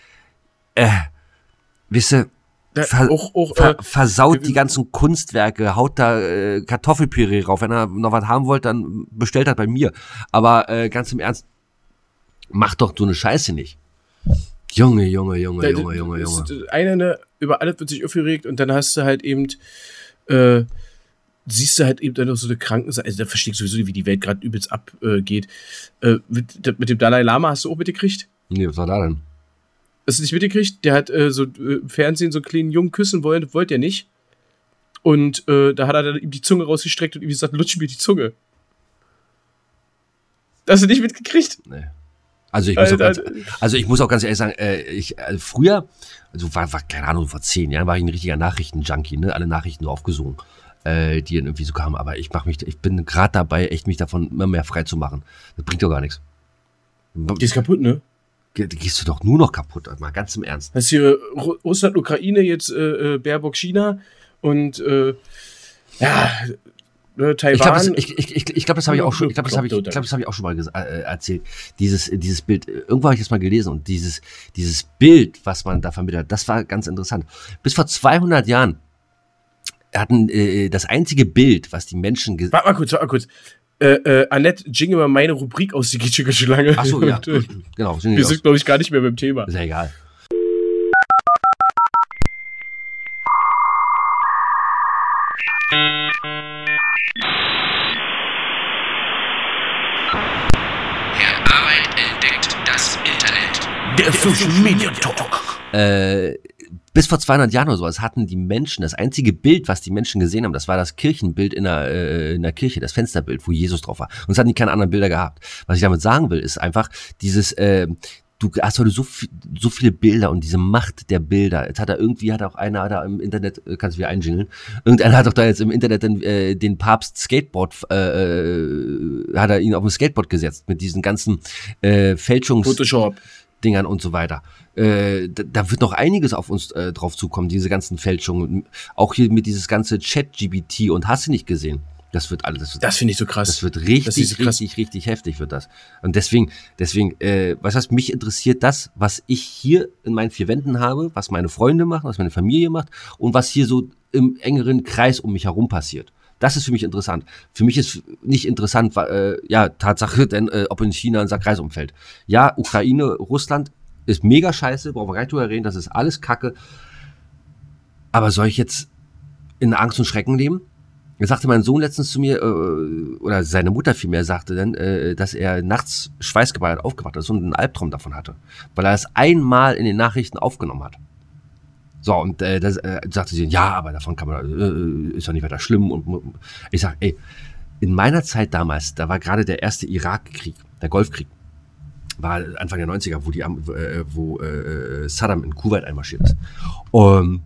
Wisst ihr, versaut die ganzen Kunstwerke, haut da Kartoffelpüree rauf. Wenn ihr noch was haben wollt, dann bestellt das bei mir. Aber ganz im Ernst, macht doch so eine Scheiße nicht. Junge. Einer, über alles wird sich aufgeregt und dann hast du halt eben, siehst du halt eben dann noch so eine Krankenseite, also da verstehe ich sowieso, wie die Welt gerade übelst abgeht. Mit dem Dalai Lama hast du auch mitgekriegt? Nee, was war da denn? Hast du nicht mitgekriegt? Der hat im Fernsehen so einen kleinen Jungen küssen wollen, das wollte er nicht. Und da hat er dann ihm die Zunge rausgestreckt und ihm gesagt, lutsch mir die Zunge. Hast du nicht mitgekriegt? Nee. Also ich muss auch ganz ehrlich sagen, früher, also war keine Ahnung, vor 10 Jahren war ich ein richtiger Nachrichten-Junkie, ne? Alle Nachrichten nur aufgesogen, die dann irgendwie so kamen. Aber ich bin gerade dabei, echt mich davon immer mehr frei zu machen. Das bringt doch gar nichts. Die ist kaputt, ne? Gehst du doch nur noch kaputt, mal ganz im Ernst. Das ist hier Russland, Ukraine, jetzt Baerbock, China und Taiwan. Ich glaube, das habe ich auch schon, das habe ich auch schon mal erzählt. Dieses Bild, irgendwo habe ich das mal gelesen und dieses Bild, was man da vermittelt hat, das war ganz interessant. Bis vor 200 Jahren hatten das einzige Bild, was die Menschen Warte mal kurz. Annette, jingle mal meine Rubrik aus, die geht schon lange. Ach so, ja. Genau. Wir sind, glaube ich, gar nicht mehr beim Thema. Ist ja egal. Herr Arbeit entdeckt das Internet. Der Social Media Talk. Bis vor 200 Jahren oder sowas hatten die Menschen, das einzige Bild, was die Menschen gesehen haben, das war das Kirchenbild in der Kirche, das Fensterbild, wo Jesus drauf war. Und es hatten die keine anderen Bilder gehabt. Was ich damit sagen will, ist einfach dieses, du hast heute so viele Bilder und diese Macht der Bilder. Jetzt hat auch einer da im Internet, kannst du wieder einjingeln, irgendeiner hat doch da jetzt im Internet den Papst Skateboard, hat er ihn auf ein Skateboard gesetzt mit diesen ganzen Photoshop Dingern und so weiter. Da wird noch einiges auf uns drauf zukommen, diese ganzen Fälschungen. Auch hier mit dieses ganze Chat-GBT und hast du nicht gesehen. Das wird alles. Das finde ich so krass. Das wird richtig heftig wird das. Und deswegen, was heißt, mich interessiert das, was ich hier in meinen 4 Wänden habe, was meine Freunde machen, was meine Familie macht und was hier so im engeren Kreis um mich herum passiert. Das ist für mich interessant. Für mich ist nicht interessant, Tatsache, denn ob in China ein Sack Reis umfällt. Ja, Ukraine, Russland ist mega scheiße, brauchen wir gar nicht drüber reden, das ist alles Kacke. Aber soll ich jetzt in Angst und Schrecken leben? Da sagte mein Sohn letztens zu mir, oder seine Mutter vielmehr sagte dann, dass er nachts schweißgebadet aufgewacht ist und einen Albtraum davon hatte. Weil er es einmal in den Nachrichten aufgenommen hat. So, und das sagte sie, ja, aber davon kann man, ist doch nicht weiter schlimm. Und ich sag, ey, in meiner Zeit damals, da war gerade der erste Irakkrieg, der Golfkrieg, war Anfang der 90er, wo Saddam in Kuwait einmarschiert ist. Und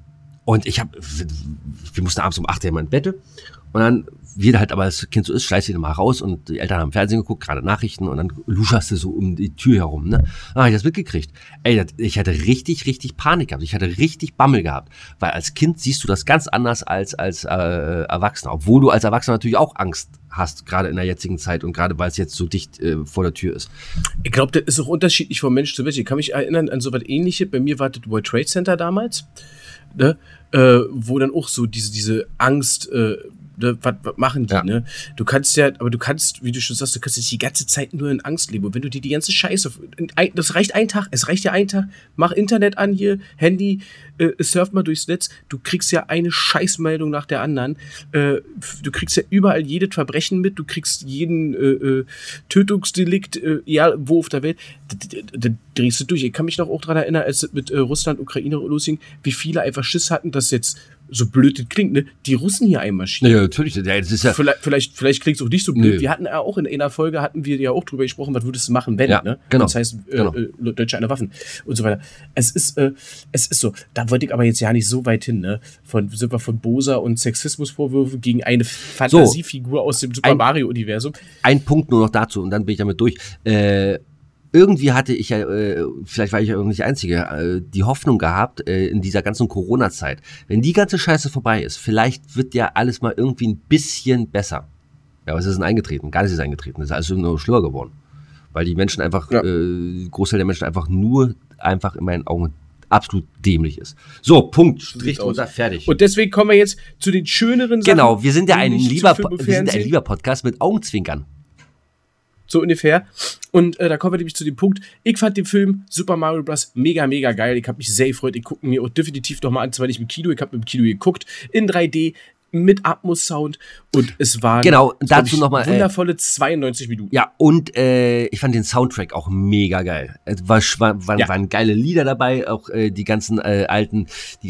wir mussten abends um 8 Uhr in Bett. Und dann, wie halt aber das Kind so ist, schleißt sich mal raus und die Eltern haben Fernsehen geguckt, gerade Nachrichten und dann luscherst du so um die Tür herum, ne? Dann hab ich das mitgekriegt. Ey, ich hatte richtig Panik gehabt. Ich hatte richtig Bammel gehabt. Weil als Kind siehst du das ganz anders als Erwachsener. Obwohl du als Erwachsener natürlich auch Angst hast, gerade in der jetzigen Zeit und gerade weil es jetzt so dicht vor der Tür ist. Ich glaube, das ist auch unterschiedlich von Mensch zu Mensch. Ich kann mich erinnern an so was Ähnliches. Bei mir war das World Trade Center damals, ne? Wo dann auch so diese Angst, was machen die, ne? Du kannst, wie du schon sagst, du kannst jetzt die ganze Zeit nur in Angst leben. Und wenn du dir die ganze Scheiße, das reicht ein Tag, es reicht ja ein Tag, mach Internet an hier, Handy, surf mal durchs Netz, du kriegst ja eine Scheißmeldung nach der anderen, du kriegst ja überall jedes Verbrechen mit, du kriegst jeden Tötungsdelikt, ja, wo auf der Welt, da drehst du durch. Ich kann mich noch auch daran erinnern, als es mit Russland, Ukraine losging, wie viele einfach Schiss hatten, dass jetzt, so blöd das klingt, ne, die Russen hier einmarschieren. Ja, natürlich. Ja, das ist ja vielleicht klingt es auch nicht so blöd. Wir hatten auch in einer Folge, ja auch drüber gesprochen, was würdest du machen, wenn, ne? Genau. Das heißt, Deutsche eine Waffen und so weiter. Es ist so, da wollte ich aber jetzt ja nicht so weit hin, ne? Sind wir von Bosa und Sexismusvorwürfe gegen eine Fantasiefigur aus dem Super Mario-Universum. Ein Punkt nur noch dazu und dann bin ich damit durch. Irgendwie hatte ich ja, vielleicht war ich ja irgendwie nicht der Einzige, die Hoffnung gehabt, in dieser ganzen Corona-Zeit, wenn die ganze Scheiße vorbei ist, vielleicht wird ja alles mal irgendwie ein bisschen besser. Ja, aber es ist eingetreten, gar nicht ist eingetreten, es ist alles nur schlimmer geworden. Weil die Menschen einfach, Großteil der Menschen einfach in meinen Augen absolut dämlich ist. So, Punkt, Strich drunter, fertig. Und deswegen kommen wir jetzt zu den schöneren Sachen. Genau, wir sind ja ein lieber Podcast mit Augenzwinkern. So ungefähr. Und da kommen wir nämlich zu dem Punkt, ich fand den Film Super Mario Bros. Mega geil. Ich habe mich sehr gefreut. Ich gucke mir auch definitiv nochmal an, zwar nicht im Kino, ich habe im Kino geguckt, in 3D, mit Atmos-Sound und es waren dazu noch mal, wundervolle 92 Minuten. Ja, und ich fand den Soundtrack auch mega geil. Es waren geile Lieder dabei, auch die ganzen alten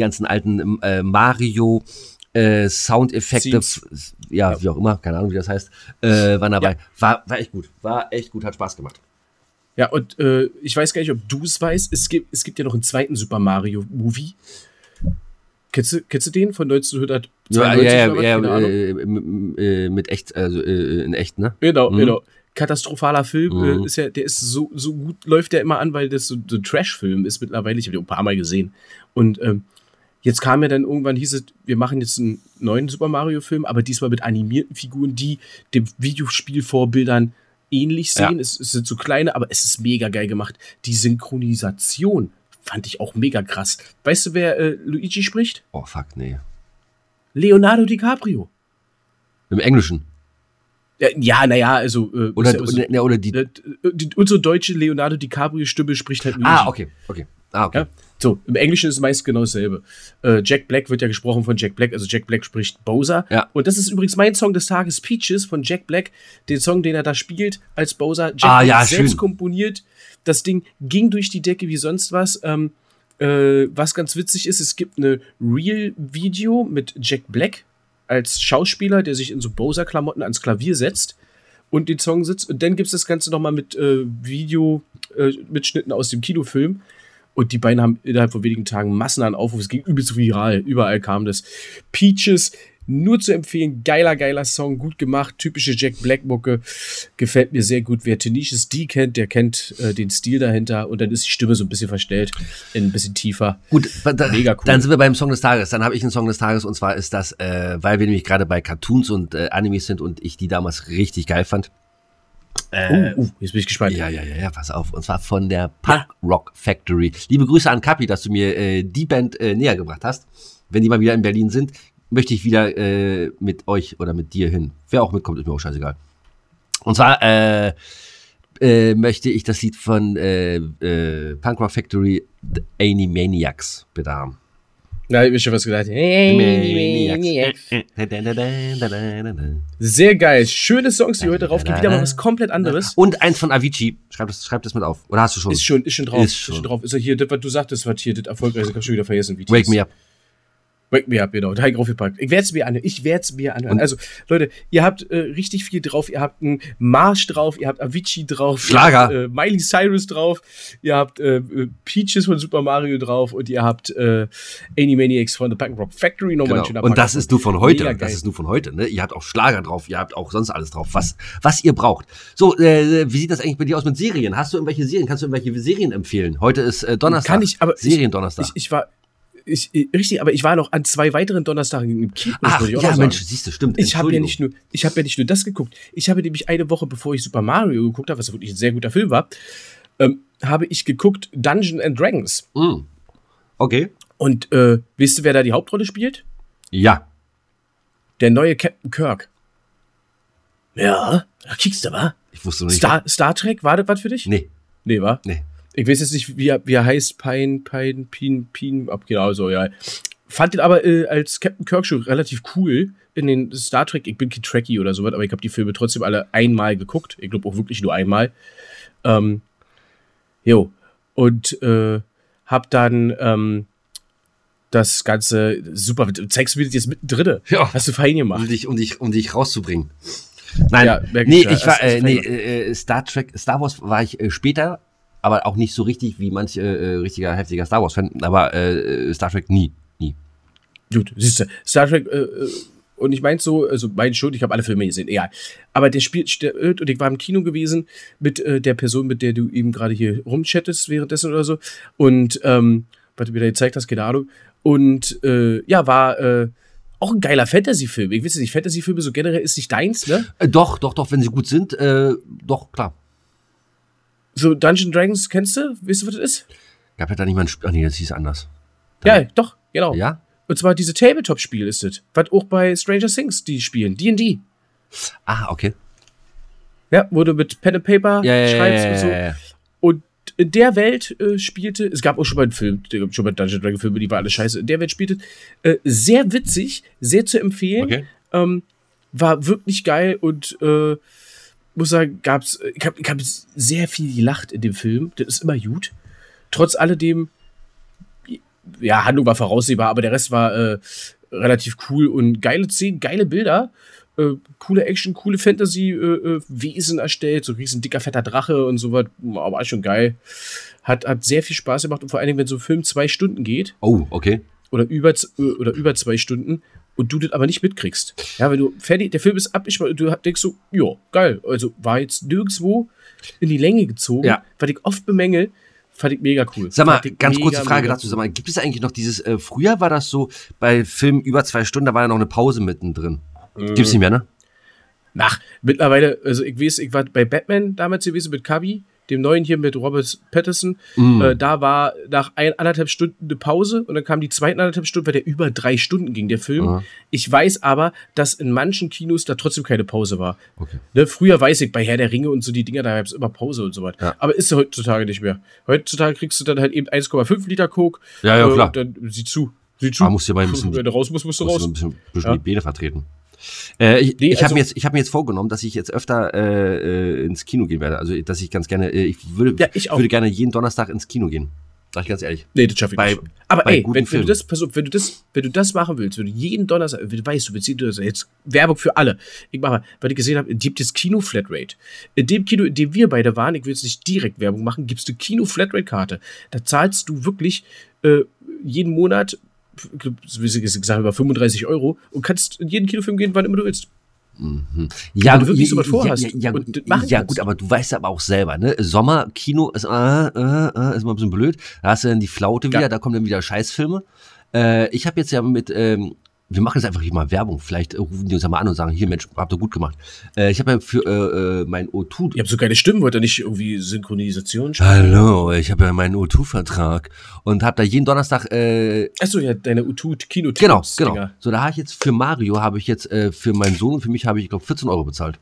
Mario Soundeffekte, wie auch immer, keine Ahnung, wie das heißt, waren dabei. Ja. War echt gut, hat Spaß gemacht. Ja, und ich weiß gar nicht, ob du es weißt, es gibt ja noch einen zweiten Super Mario Movie. Kennst du den von 1992? Mit echt, also in echt, ne? Genau. Katastrophaler Film, der ist so gut, läuft der immer an, weil das so ein Trash-Film ist mittlerweile. Ich habe den ein paar Mal gesehen. Und jetzt kam ja dann irgendwann, hieß es, wir machen jetzt einen neuen Super Mario-Film, aber diesmal mit animierten Figuren, die dem Videospielvorbildern ähnlich sehen. Es sind so kleine, aber es ist mega geil gemacht. Die Synchronisation fand ich auch mega krass. Weißt du, wer Luigi spricht? Oh, fuck, nee. Leonardo DiCaprio. Im Englischen? Also... Oder die... Unsere deutsche Leonardo DiCaprio-Stimme spricht halt Luigi. Okay. Ja? So, im Englischen ist es meist genau dasselbe. Jack Black wird ja gesprochen von Jack Black, also Jack Black spricht Bowser. Ja. Und das ist übrigens mein Song des Tages, Peaches von Jack Black. Den Song, den er da spielt als Bowser. Jack Black selbst komponiert. Das Ding ging durch die Decke wie sonst was. Was ganz witzig ist, es gibt eine Real-Video mit Jack Black als Schauspieler, der sich in so Bowser-Klamotten ans Klavier setzt und den Song sitzt. Und dann gibt es das Ganze nochmal mit Video-Mitschnitten aus dem Kinofilm. Und die beiden haben innerhalb von wenigen Tagen Massen an Aufrufen. Es ging übelst viral. Überall kam das. Peaches, nur zu empfehlen. Geiler Song. Gut gemacht. Typische Jack Black-Mucke. Gefällt mir sehr gut. Wer Tenacious D kennt, der kennt den Stil dahinter. Und dann ist die Stimme so ein bisschen verstellt. Ein bisschen tiefer. Gut, mega cool. Dann sind wir beim Song des Tages. Dann habe ich einen Song des Tages. Und zwar ist das, weil wir nämlich gerade bei Cartoons und Animes sind und ich die damals richtig geil fand. Jetzt bin ich gespannt. Ja, pass auf. Und zwar von der Punk Rock Factory. Liebe Grüße an Kapi, dass du mir die Band näher gebracht hast. Wenn die mal wieder in Berlin sind, möchte ich wieder mit euch oder mit dir hin. Wer auch mitkommt, ist mir auch scheißegal. Und zwar möchte ich das Lied von Punk Rock Factory, The Animaniacs, bitte haben. Ja, ich hab schon was gesagt. Sehr geil. Schöne Songs, die heute raufgehen. Wieder mal was komplett anderes. Und eins von Avicii. Schreib das mit auf. Oder hast du schon? Ist schon drauf. Ist schon drauf. Ist ja hier, das, was du sagtest, was hier das erfolgreiche, ich hab schon wieder vergessen. Wie Wake Me Up. Wake Me Up, genau. Da habe ich draufgepackt. Ich werde es mir anhören. Also, Leute, ihr habt richtig viel drauf. Ihr habt einen Marsch drauf, ihr habt Avicii drauf. Schlager. Ihr habt, Miley Cyrus drauf. Ihr habt Peaches von Super Mario drauf. Und ihr habt Animaniacs von The Punk Rock Factory. Nochmal ein schöner Und das ist nur von heute. Mega Das geil. ist nur von heute. Ne? Ihr habt auch Schlager drauf. Ihr habt auch sonst alles drauf. Was ihr braucht. So, wie sieht das eigentlich bei dir aus mit Serien? Hast du irgendwelche Serien? Kannst du irgendwelche Serien empfehlen? Heute ist Donnerstag. Kann ich, aber Serien-Donnerstag. Richtig, aber ich war noch an 2 weiteren Donnerstagen im Kino. Ach, ja, Mensch, siehst du, stimmt. Ich habe ja nicht nur das geguckt. Ich habe nämlich eine Woche, bevor ich Super Mario geguckt habe, was wirklich ein sehr guter Film war, habe ich geguckt Dungeons and Dragons. Okay. Und wisst ihr, wer da die Hauptrolle spielt? Ja. Der neue Captain Kirk. Ja, da kiekst du, wa? Ich wusste noch nicht. Star Trek, war das was für dich? Nee. Nee, wa? Nee. Ich weiß jetzt nicht, wie er heißt. Pine, genau so, ja. Fand ihn aber als Captain Kirk schon relativ cool in den Star Trek. Ich bin kein Trekkie oder sowas, aber ich habe die Filme trotzdem alle einmal geguckt. Ich glaube auch wirklich nur einmal. Und hab dann das Ganze super. Zeigst du mir das jetzt mittendrin? Ja. Hast du fein gemacht. Um dich rauszubringen. Nein, ja, Star Wars war ich später, aber auch nicht so richtig wie manch richtiger, heftiger Star Wars-Fan, aber Star Trek nie. Gut, siehst du, Star Trek, und ich meinte so, also mein schon, ich habe alle Filme gesehen, egal. Aber der spielt, und ich war im Kino gewesen mit der Person, mit der du eben gerade hier rumchattest währenddessen oder so. Und, was du mir da gezeigt hast, keine Ahnung. Und, war auch ein geiler Fantasy-Film. Ich weiß nicht, Fantasy-Filme so generell ist nicht deins, ne? Doch, wenn sie gut sind, doch, klar. So Dungeons & Dragons, kennst du? Weißt du, was das ist? Gab ja da nicht mal ein Spiel. Ach nee, das hieß anders. Ja, doch, genau. Ja? Und zwar diese Tabletop-Spiel ist das. Was auch bei Stranger Things die spielen. D&D. Ah, okay. Ja, wo du mit Pen and Paper schreibst und so. Ja. Und in der Welt spielte, es gab auch schon mal einen Film, schon mal Dungeons & Dragons Filme, die waren alle scheiße. In der Welt spielte, sehr witzig, sehr zu empfehlen. Okay. War wirklich geil und muss sagen, ich hab sehr viel gelacht in dem Film. Das ist immer gut. Trotz alledem, ja, Handlung war voraussehbar, aber der Rest war relativ cool und geile Szenen, geile Bilder, coole Action, coole Fantasy-Wesen erstellt, so riesen dicker, fetter Drache und so was, war schon geil. Hat sehr viel Spaß gemacht und vor allen Dingen, wenn so ein Film 2 Stunden geht. Oh, okay. Oder über 2 Stunden und du das aber nicht mitkriegst. Ja, wenn du fertig, der Film ist abgespannt und du denkst so, ja, geil. Also war jetzt nirgendwo in die Länge gezogen, was ich oft bemängel, fand ich mega cool. Sag mal, ganz kurze Frage dazu. Sag mal, gibt es eigentlich noch dieses, früher war das so, bei Filmen über 2 Stunden, da war ja noch eine Pause mittendrin. Gibt's nicht mehr, ne? Mittlerweile, also ich weiß, ich war bei Batman damals gewesen mit Cubby, dem neuen hier mit Robert Pattinson. Da war nach 1,5 Stunden eine Pause und dann kam die zweiten 1,5 Stunden, weil der über 3 Stunden ging, der Film. Aha. Ich weiß aber, dass in manchen Kinos da trotzdem keine Pause war. Okay. Ne, früher weiß ich, bei Herr der Ringe und so die Dinger, da gab es immer Pause und so was. Ja. Aber ist ja heutzutage nicht mehr. Heutzutage kriegst du dann halt eben 1,5 Liter Coke. Ja, klar. Und dann sieh zu. Musst du mal ein bisschen, wenn du raus musst du raus. ein bisschen die Beine vertreten. Ich habe mir jetzt vorgenommen, dass ich jetzt öfter ins Kino gehen werde. Also, dass ich ganz gerne, ich würde gerne jeden Donnerstag ins Kino gehen. Sag ich ganz ehrlich. Nee, das schaffe ich nicht. Aber bei ey, wenn du das machen willst, wenn du jeden Donnerstag, weißt du, jetzt Werbung für alle. Ich mache mal, weil ich gesehen habe, es gibt jetzt Kino-Flatrate. In dem Kino, in dem wir beide waren, ich will jetzt nicht direkt Werbung machen, gibst du Kino-Flatrate-Karte. Da zahlst du wirklich jeden Monat, ich sage über 35 € und kannst in jeden Kinofilm gehen, wann immer du willst. Mhm. Ja, wenn du wirklich so was vorhast. Gut, aber du weißt aber auch selber, ne? Sommer, Kino ist immer ein bisschen blöd. Da hast du dann die Flaute wieder, da kommen dann wieder Scheißfilme. Ich habe jetzt ja mit, wir machen jetzt einfach hier mal Werbung. Vielleicht rufen die uns ja mal an und sagen, hier Mensch, habt ihr gut gemacht. Ich habe ja für mein O2... Ihr habt so geile Stimmen, wollt ihr nicht irgendwie Synchronisation spielen? Hallo, ich habe ja meinen O2-Vertrag und habe da jeden Donnerstag... Achso, ja, deine O2-Kino-Tipps. Genau. So, da habe ich jetzt für Mario, für meinen Sohn und für mich ich glaube 14 € bezahlt.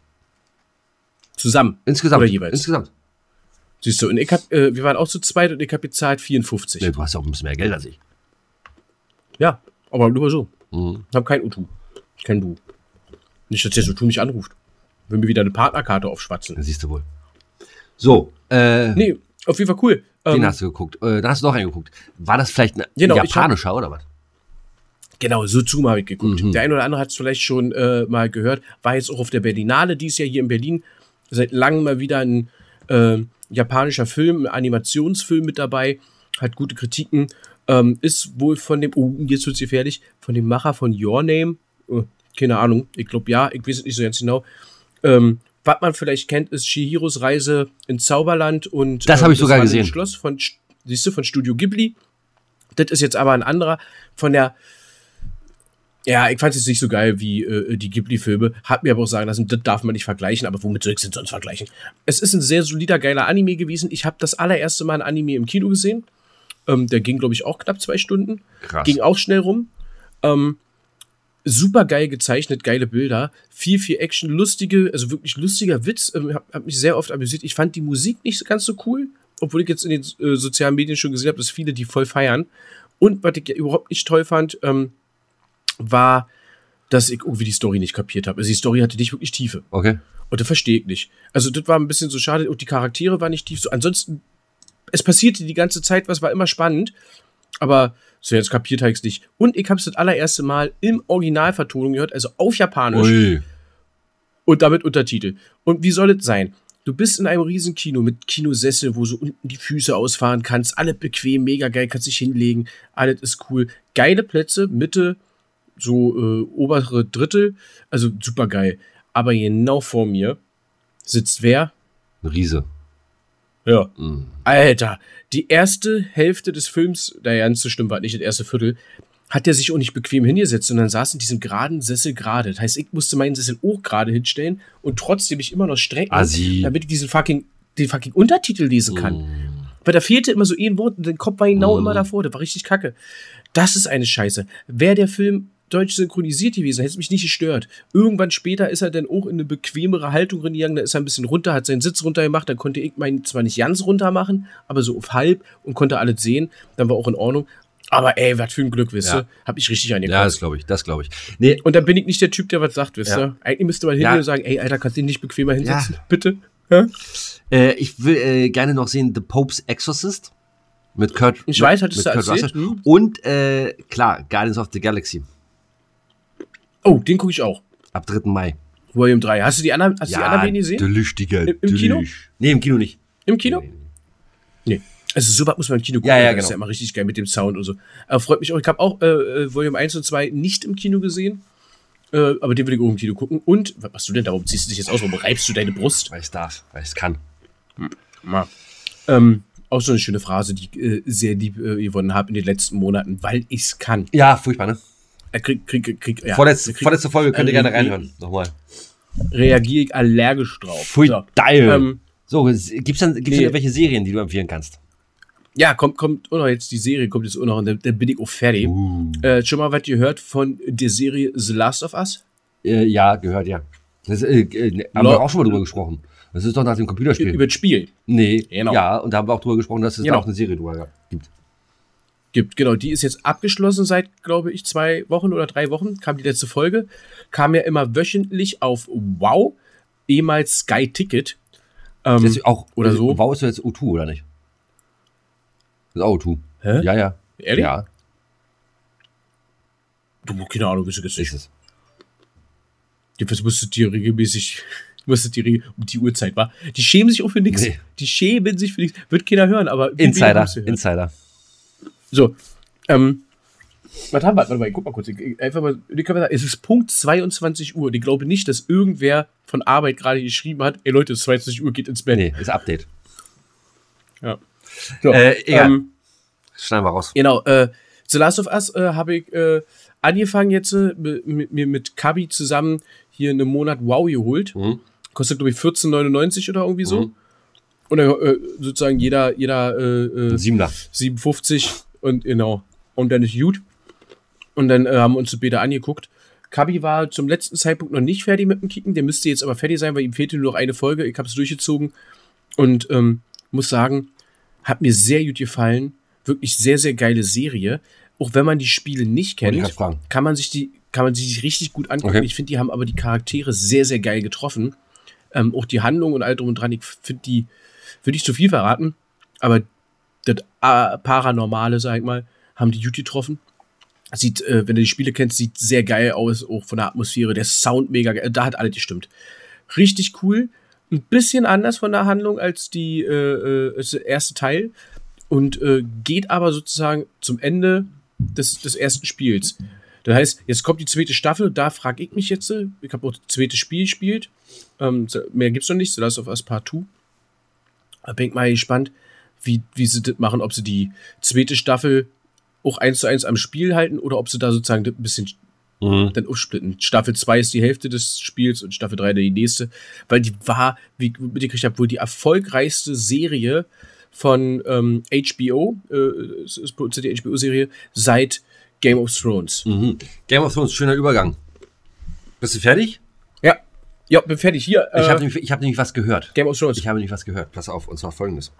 Zusammen? Insgesamt. Oder jeweils? Insgesamt. Siehst du, und wir waren auch zu zweit und ich habe bezahlt 54. Nee, du hast ja auch ein bisschen mehr Geld als ich. Ja, aber nur so. Ich habe kein Utu. Ich kenn Du. Nicht, dass der Utu mich anruft. Will mir wieder eine Partnerkarte aufschwatzen. Das siehst du wohl. So. Nee, auf jeden Fall cool. Den hast du geguckt. Da hast du noch reingeguckt. War das vielleicht ein japanischer oder was? Genau, Suzume habe ich geguckt. Der eine oder andere hat es vielleicht schon mal gehört. War jetzt auch auf der Berlinale, die ist ja hier in Berlin seit langem mal wieder ein japanischer Film, ein Animationsfilm mit dabei. Hat gute Kritiken. Ist wohl von dem, jetzt wird's gefährlich, von dem Macher von Your Name. Keine Ahnung, ich glaube ja, ich weiß es nicht so ganz genau. Was man vielleicht kennt, ist Chihiros Reise ins Zauberland und das habe ich sogar gesehen. Schloss von Studio Ghibli. Das ist jetzt aber ein anderer von der. Ja, ich fand es jetzt nicht so geil wie die Ghibli-Filme. Hat mir aber auch sagen lassen, das darf man nicht vergleichen, aber womit soll ich es denn sonst vergleichen? Es ist ein sehr solider, geiler Anime gewesen. Ich habe das allererste Mal ein Anime im Kino gesehen. Der ging, glaube ich, auch knapp 2 Stunden. Krass. Ging auch schnell rum. Super geil gezeichnet, geile Bilder. Viel Action, wirklich lustiger Witz. Hab mich sehr oft amüsiert. Ich fand die Musik nicht ganz so cool, obwohl ich jetzt in den sozialen Medien schon gesehen habe, dass viele die voll feiern. Und was ich ja überhaupt nicht toll fand, war, dass ich irgendwie die Story nicht kapiert habe. Also die Story hatte nicht wirklich Tiefe. Okay. Und das verstehe ich nicht. Also das war ein bisschen so schade. Und die Charaktere waren nicht tief. So, ansonsten, es passierte die ganze Zeit was, war immer spannend. Aber so jetzt kapiert habe ich es nicht. Und ich habe es das allererste Mal im Originalvertonung gehört, also auf Japanisch. Ui. Und damit Untertitel. Und wie soll es sein? Du bist in einem riesen Kino mit Kinosessel, wo so unten die Füße ausfahren kannst. Alle bequem, mega geil, kannst dich hinlegen. Alles ist cool. Geile Plätze, Mitte, so obere Drittel. Also super geil. Aber genau vor mir sitzt wer? Ein Riese. Ja. Alter, die erste Hälfte des Films, naja, ganz so schlimm war nicht, das erste Viertel, hat der sich auch nicht bequem hingesetzt, sondern saß in diesem geraden Sessel gerade. Das heißt, ich musste meinen Sessel auch gerade hinstellen und trotzdem mich immer noch strecken, damit ich den fucking Untertitel lesen kann. Weil da fehlte immer so ein Wort und der Kopf war genau immer davor. Das war richtig kacke. Das ist eine Scheiße. Wäre der Film deutsch synchronisiert gewesen, hätte es mich nicht gestört. Irgendwann später ist er dann auch in eine bequemere Haltung reingegangen, da ist er ein bisschen runter, hat seinen Sitz runter gemacht, dann konnte ich meinen zwar nicht ganz runter machen, aber so auf halb und konnte alles sehen, dann war auch in Ordnung. Aber ey, was für ein Glück, wisst ihr? Hab ich richtig angekotzt. Ja, das glaube ich. Nee. Und dann bin ich nicht der Typ, der was sagt, wisst ihr? Eigentlich müsste man hingehen und sagen, ey, Alter, kannst du dich nicht bequemer hinsetzen? Ja. Bitte? Ja? Ich will gerne noch sehen The Pope's Exorcist mit Kurt Russell. Ich weiß, hattest du erzählt. Und klar, Guardians of the Galaxy. Oh, den gucke ich auch. Ab 3. Mai. Volume 3. Hast du die anderen beiden gesehen? Im Kino? Nee, im Kino nicht. Im Kino? Nee. Also sowas muss man im Kino gucken. Ja, genau. Das ist ja immer richtig geil mit dem Sound und so. Aber freut mich auch. Ich habe auch Volume 1 und 2 nicht im Kino gesehen. Aber den will ich auch im Kino gucken. Und, was machst du denn da? Warum ziehst du dich jetzt aus? Warum reibst du deine Brust? Weil ich darf, weil ich es kann. Auch so eine schöne Phrase, die ich sehr lieb gewonnen habe in den letzten Monaten, weil ich es kann. Ja, furchtbar, ne? Ja, vorletzte Folge könnt ihr gerne reinhören. Nochmal. Reagiere ich allergisch drauf. Pfui, geil. Gibt's denn welche Serien, die du empfehlen kannst? Ja, kommt auch noch jetzt die Serie, kommt jetzt auch noch und dann bin ich auch fertig. Schon mal was gehört von der Serie The Last of Us? Ja, gehört, ja. Das, haben wir auch schon mal drüber gesprochen. Das ist doch nach dem Computerspiel. Über das Spiel. Nee, genau. Ja, und da haben wir auch drüber gesprochen, dass es da auch eine Serie drüber gibt. Genau, die ist jetzt abgeschlossen seit, glaube ich, 2 Wochen oder 3 Wochen, kam die letzte Folge, kam ja immer wöchentlich auf WOW, ehemals Sky Ticket. Oder so. WOW ist jetzt O2, oder nicht? Das ist auch O2. Hä? Ja. Ehrlich? Ja. Du, keine Ahnung, wieso das ist es. Jedenfalls musstet ihr regelmäßig, um die Uhrzeit war. Die schämen sich auch für nichts. Nee. Die schämen sich für nichts. Wird keiner hören, aber... Insider. So, was haben wir? Warte mal, guck mal kurz. Es ist Punkt 22 Uhr. Ich glaube nicht, dass irgendwer von Arbeit gerade geschrieben hat, ey Leute, es ist 22 Uhr, geht ins Bett. Nee, ist Update. Ja. So, egal. Schneiden wir raus. Genau, The Last of Us habe ich angefangen jetzt mit Kabi zusammen hier einen Monat WoW geholt. Kostet, glaube ich, 14,99 oder irgendwie so. Und dann sozusagen jeder 57 und genau. Und dann ist gut. Und dann haben wir uns die Beta angeguckt. Kabi war zum letzten Zeitpunkt noch nicht fertig mit dem Kicken. Der müsste jetzt aber fertig sein, weil ihm fehlte nur noch eine Folge. Ich habe es durchgezogen. Und muss sagen, hat mir sehr gut gefallen. Wirklich sehr, sehr geile Serie. auch wenn man die Spiele nicht kennt, kann man sich die richtig gut angucken. Okay. Ich finde, die haben aber die Charaktere sehr, sehr geil getroffen. Auch die Handlung und all drum und dran, ich finde die, würde ich zu viel verraten, aber das Paranormale, sag ich mal, haben die gut getroffen. Sieht, wenn du die Spiele kennst, sieht sehr geil aus, auch von der Atmosphäre, der Sound mega geil, da hat alles gestimmt. Richtig cool, ein bisschen anders von der Handlung als das erste Teil und geht aber sozusagen zum Ende des ersten Spiels. Das heißt, jetzt kommt die zweite Staffel, da frage ich mich jetzt, ich habe auch das zweite Spiel gespielt, mehr gibt's noch nicht, so das auf Aspartout. Da bin ich mal gespannt, wie sie das machen, ob sie die zweite Staffel auch 1:1 am Spiel halten oder ob sie da sozusagen ein bisschen dann aufsplitten. Staffel 2 ist die Hälfte des Spiels und Staffel 3 die nächste, weil die war, wie ich mitgekriegt habe, wohl die erfolgreichste Serie von HBO, ist die HBO-Serie, seit Game of Thrones. Game of Thrones, schöner Übergang. Bist du fertig? Ja, bin fertig. Hier. Ich hab nämlich was gehört. Game of Thrones. Ich habe nämlich was gehört. Pass auf, und zwar Folgendes.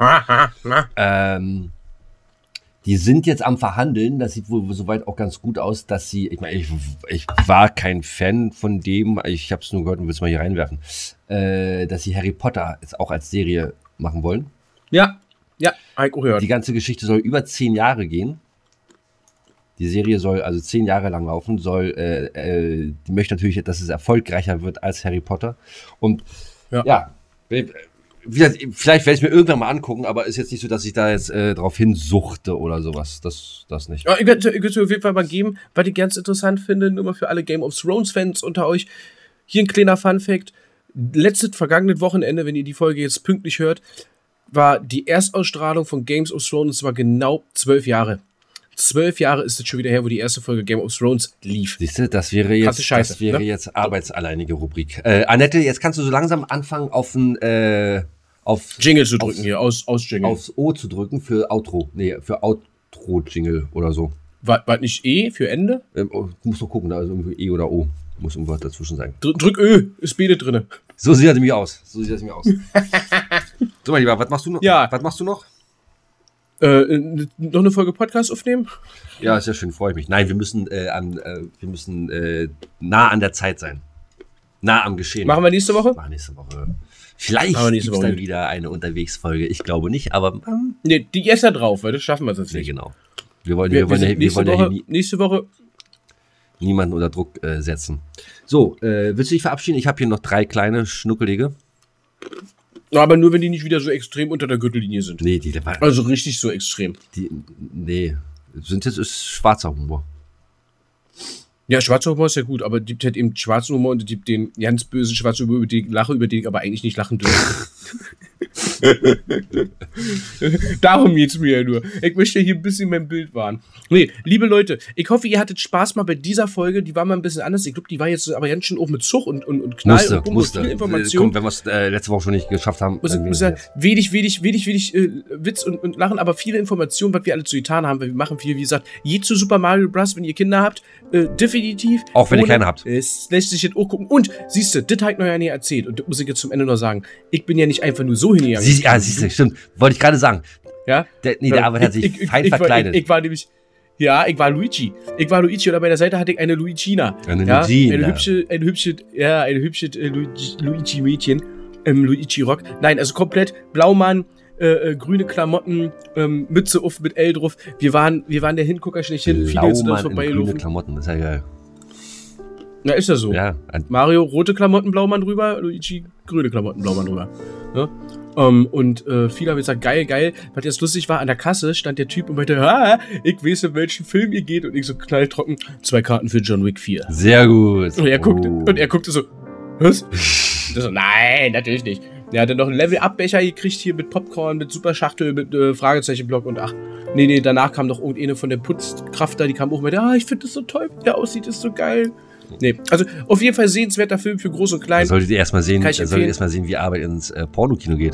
Die sind jetzt am Verhandeln, das sieht wohl soweit auch ganz gut aus, dass sie, ich meine, ich war kein Fan von dem, ich habe es nur gehört und will es mal hier reinwerfen, dass sie Harry Potter jetzt auch als Serie machen wollen. Ja, habe ich auch gehört. Die ganze Geschichte soll über 10 Jahre gehen. Die Serie soll also 10 Jahre lang laufen, die möchte natürlich, dass es erfolgreicher wird als Harry Potter. Und ja vielleicht werde ich mir irgendwann mal angucken, aber ist jetzt nicht so, dass ich da jetzt drauf hinsuchte oder sowas. Das nicht. Ja, ich würde es auf jeden Fall mal geben, was ich ganz interessant finde, nur mal für alle Game of Thrones-Fans unter euch. Hier ein kleiner Fun-Fact. Vergangene Wochenende, wenn ihr die Folge jetzt pünktlich hört, war die Erstausstrahlung von Games of Thrones, es war genau 12 Jahre. 12 Jahre ist es schon wieder her, wo die erste Folge Game of Thrones lief. Siehst du, das wäre jetzt arbeitsalleinige Rubrik. Annette, jetzt kannst du so langsam anfangen, auf Jingle zu drücken hier, aus Jingle. Aufs O zu drücken für Outro. Nee, für Outro-Jingle oder so. War nicht E für Ende? Du musst doch gucken, da ist irgendwie E oder O. Muss irgendwas dazwischen sein. Drück Ö, ist beide drinne. So sieht das nämlich aus. So, mein Lieber, was machst du noch? Ja. Was machst du noch? Noch eine Folge Podcast aufnehmen? Ja, ist ja schön, freue ich mich. Nein, wir müssen nah an der Zeit sein. Nah am Geschehen. Machen wir nächste Woche? Machen nächste Woche. Vielleicht gibt es dann wieder eine Unterwegsfolge. Ich glaube nicht, aber... Nee, die ist ja drauf, weil das schaffen wir sonst nicht. Nee, genau. Wir wollen nächste Woche niemanden unter Druck setzen. So, willst du dich verabschieden? Ich habe hier noch 3 kleine Schnuckelige. Aber nur, wenn die nicht wieder so extrem unter der Gürtellinie sind. Nee, also richtig so extrem. Ist schwarzer Humor. Ja, schwarzer Humor ist ja gut, aber gibt halt eben schwarzen Humor und gibt den ganz bösen schwarzen Humor, über den ich aber eigentlich nicht lachen dürfen. Darum geht's mir ja nur. Ich möchte hier ein bisschen mein Bild wahren. Nee, liebe Leute, ich hoffe, ihr hattet Spaß mal bei dieser Folge. Die war mal ein bisschen anders. Ich glaube, die war jetzt aber ganz schön auch mit Zug und Knall und viel Information. Wenn wir es letzte Woche schon nicht geschafft haben. Muss ja wenig Witz und Lachen, aber viele Informationen, was wir alle zu getan haben, weil wir machen viel, wie gesagt, je zu Super Mario Bros., wenn ihr Kinder habt, definitiv. Auch wenn ihr keine habt. Es lässt sich jetzt auch gucken. Und, siehst du, das habe ich noch ja nie erzählt. Und das muss ich jetzt zum Ende noch sagen. Ich bin ja nicht einfach nur so hingegangen. Siehst du, stimmt. Wollte ich gerade sagen. Ja? Der Arbeit hat sich fein verkleidet. Ich war nämlich... Ja, ich war Luigi. Und an meiner Seite hatte ich eine Luigina. Eine hübsche Luigi-Mädchen. Luigi-Rock. Nein, also komplett Blaumann, grüne Klamotten, Mütze auf mit L drauf. Wir waren der Hingucker schlechthin. Viele sind uns vorbeigelaufen. Grüne Klamotten, das ist ja geil. Na, ist ja so. Ja. Mario, rote Klamotten, Blaumann drüber, Luigi, grüne Klamotten, Blaumann drüber. Ja? Viele haben gesagt, geil. Was jetzt lustig war, an der Kasse stand der Typ und meinte, ich weiß, in welchen Film ihr geht. Und ich so knalltrocken, 2 Karten für John Wick 4. Sehr gut. Und er guckte so, was? Und so, nein, natürlich nicht. Er hat dann noch einen Level-Up-Becher gekriegt hier mit Popcorn, mit Superschachtel, mit Fragezeichenblock und nee, danach kam noch irgendeine von der Putzkraft da, die kam auch und meinte, ich finde das so toll, wie der aussieht, ist so geil. Nee, also auf jeden Fall sehenswerter Film für Groß und Klein. Solltet ihr erstmal sehen, wie Arbeit ins Pornokino geht.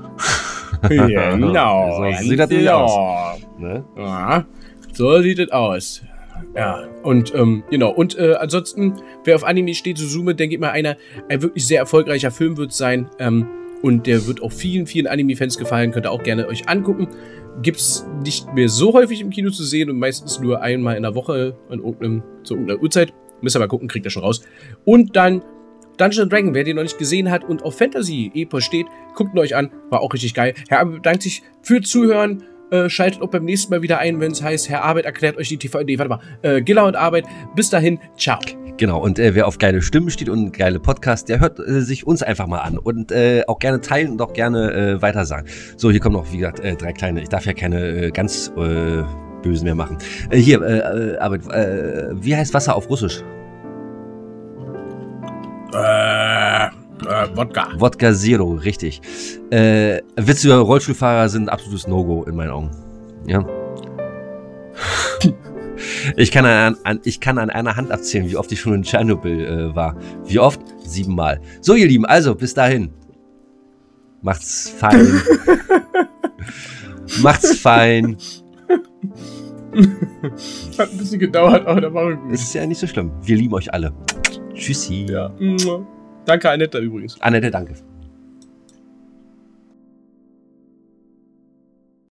Genau. So sieht das nämlich aus. Ne? Ja, so sieht es aus. Ja, und genau. Und ansonsten, wer auf Anime steht, Suzume, denke ich mal, ein wirklich sehr erfolgreicher Film wird sein. Und der wird auch vielen, vielen Anime-Fans gefallen. Könnt ihr auch gerne euch angucken. Gibt's nicht mehr so häufig im Kino zu sehen und meistens nur einmal in der Woche zu irgendeiner Uhrzeit. Müsst ihr mal gucken, kriegt ihr schon raus. Und dann Dungeons & Dragons, wer den noch nicht gesehen hat und auf Fantasy-Epos steht, guckt ihn euch an. War auch richtig geil. Herr Arbeit bedankt sich für Zuhören. Schaltet auch beim nächsten Mal wieder ein, wenn es heißt, Herr Arbeit erklärt euch die Gilla und Arbeit. Bis dahin, ciao. Genau, und wer auf geile Stimmen steht und geile Podcasts, der hört sich uns einfach mal an und auch gerne teilen und auch gerne weitersagen. So, hier kommen noch, wie gesagt, 3 kleine, ich darf ja keine ganz bösen mehr machen. Arbeit, wie heißt Wasser auf Russisch? Wodka. Wodka Zero, richtig. Witze über Rollstuhlfahrer sind ein absolutes No-Go in meinen Augen. Ja. Ich kann an einer Hand abzählen, wie oft ich schon in Tschernobyl war. Wie oft? 7 Mal. So, ihr Lieben, also bis dahin. Macht's fein. Macht's fein. Hat ein bisschen gedauert, aber da war es gut. Das ist ja nicht so schlimm. Wir lieben euch alle. Tschüssi. Ja. Danke, Annette, übrigens. Annette, danke.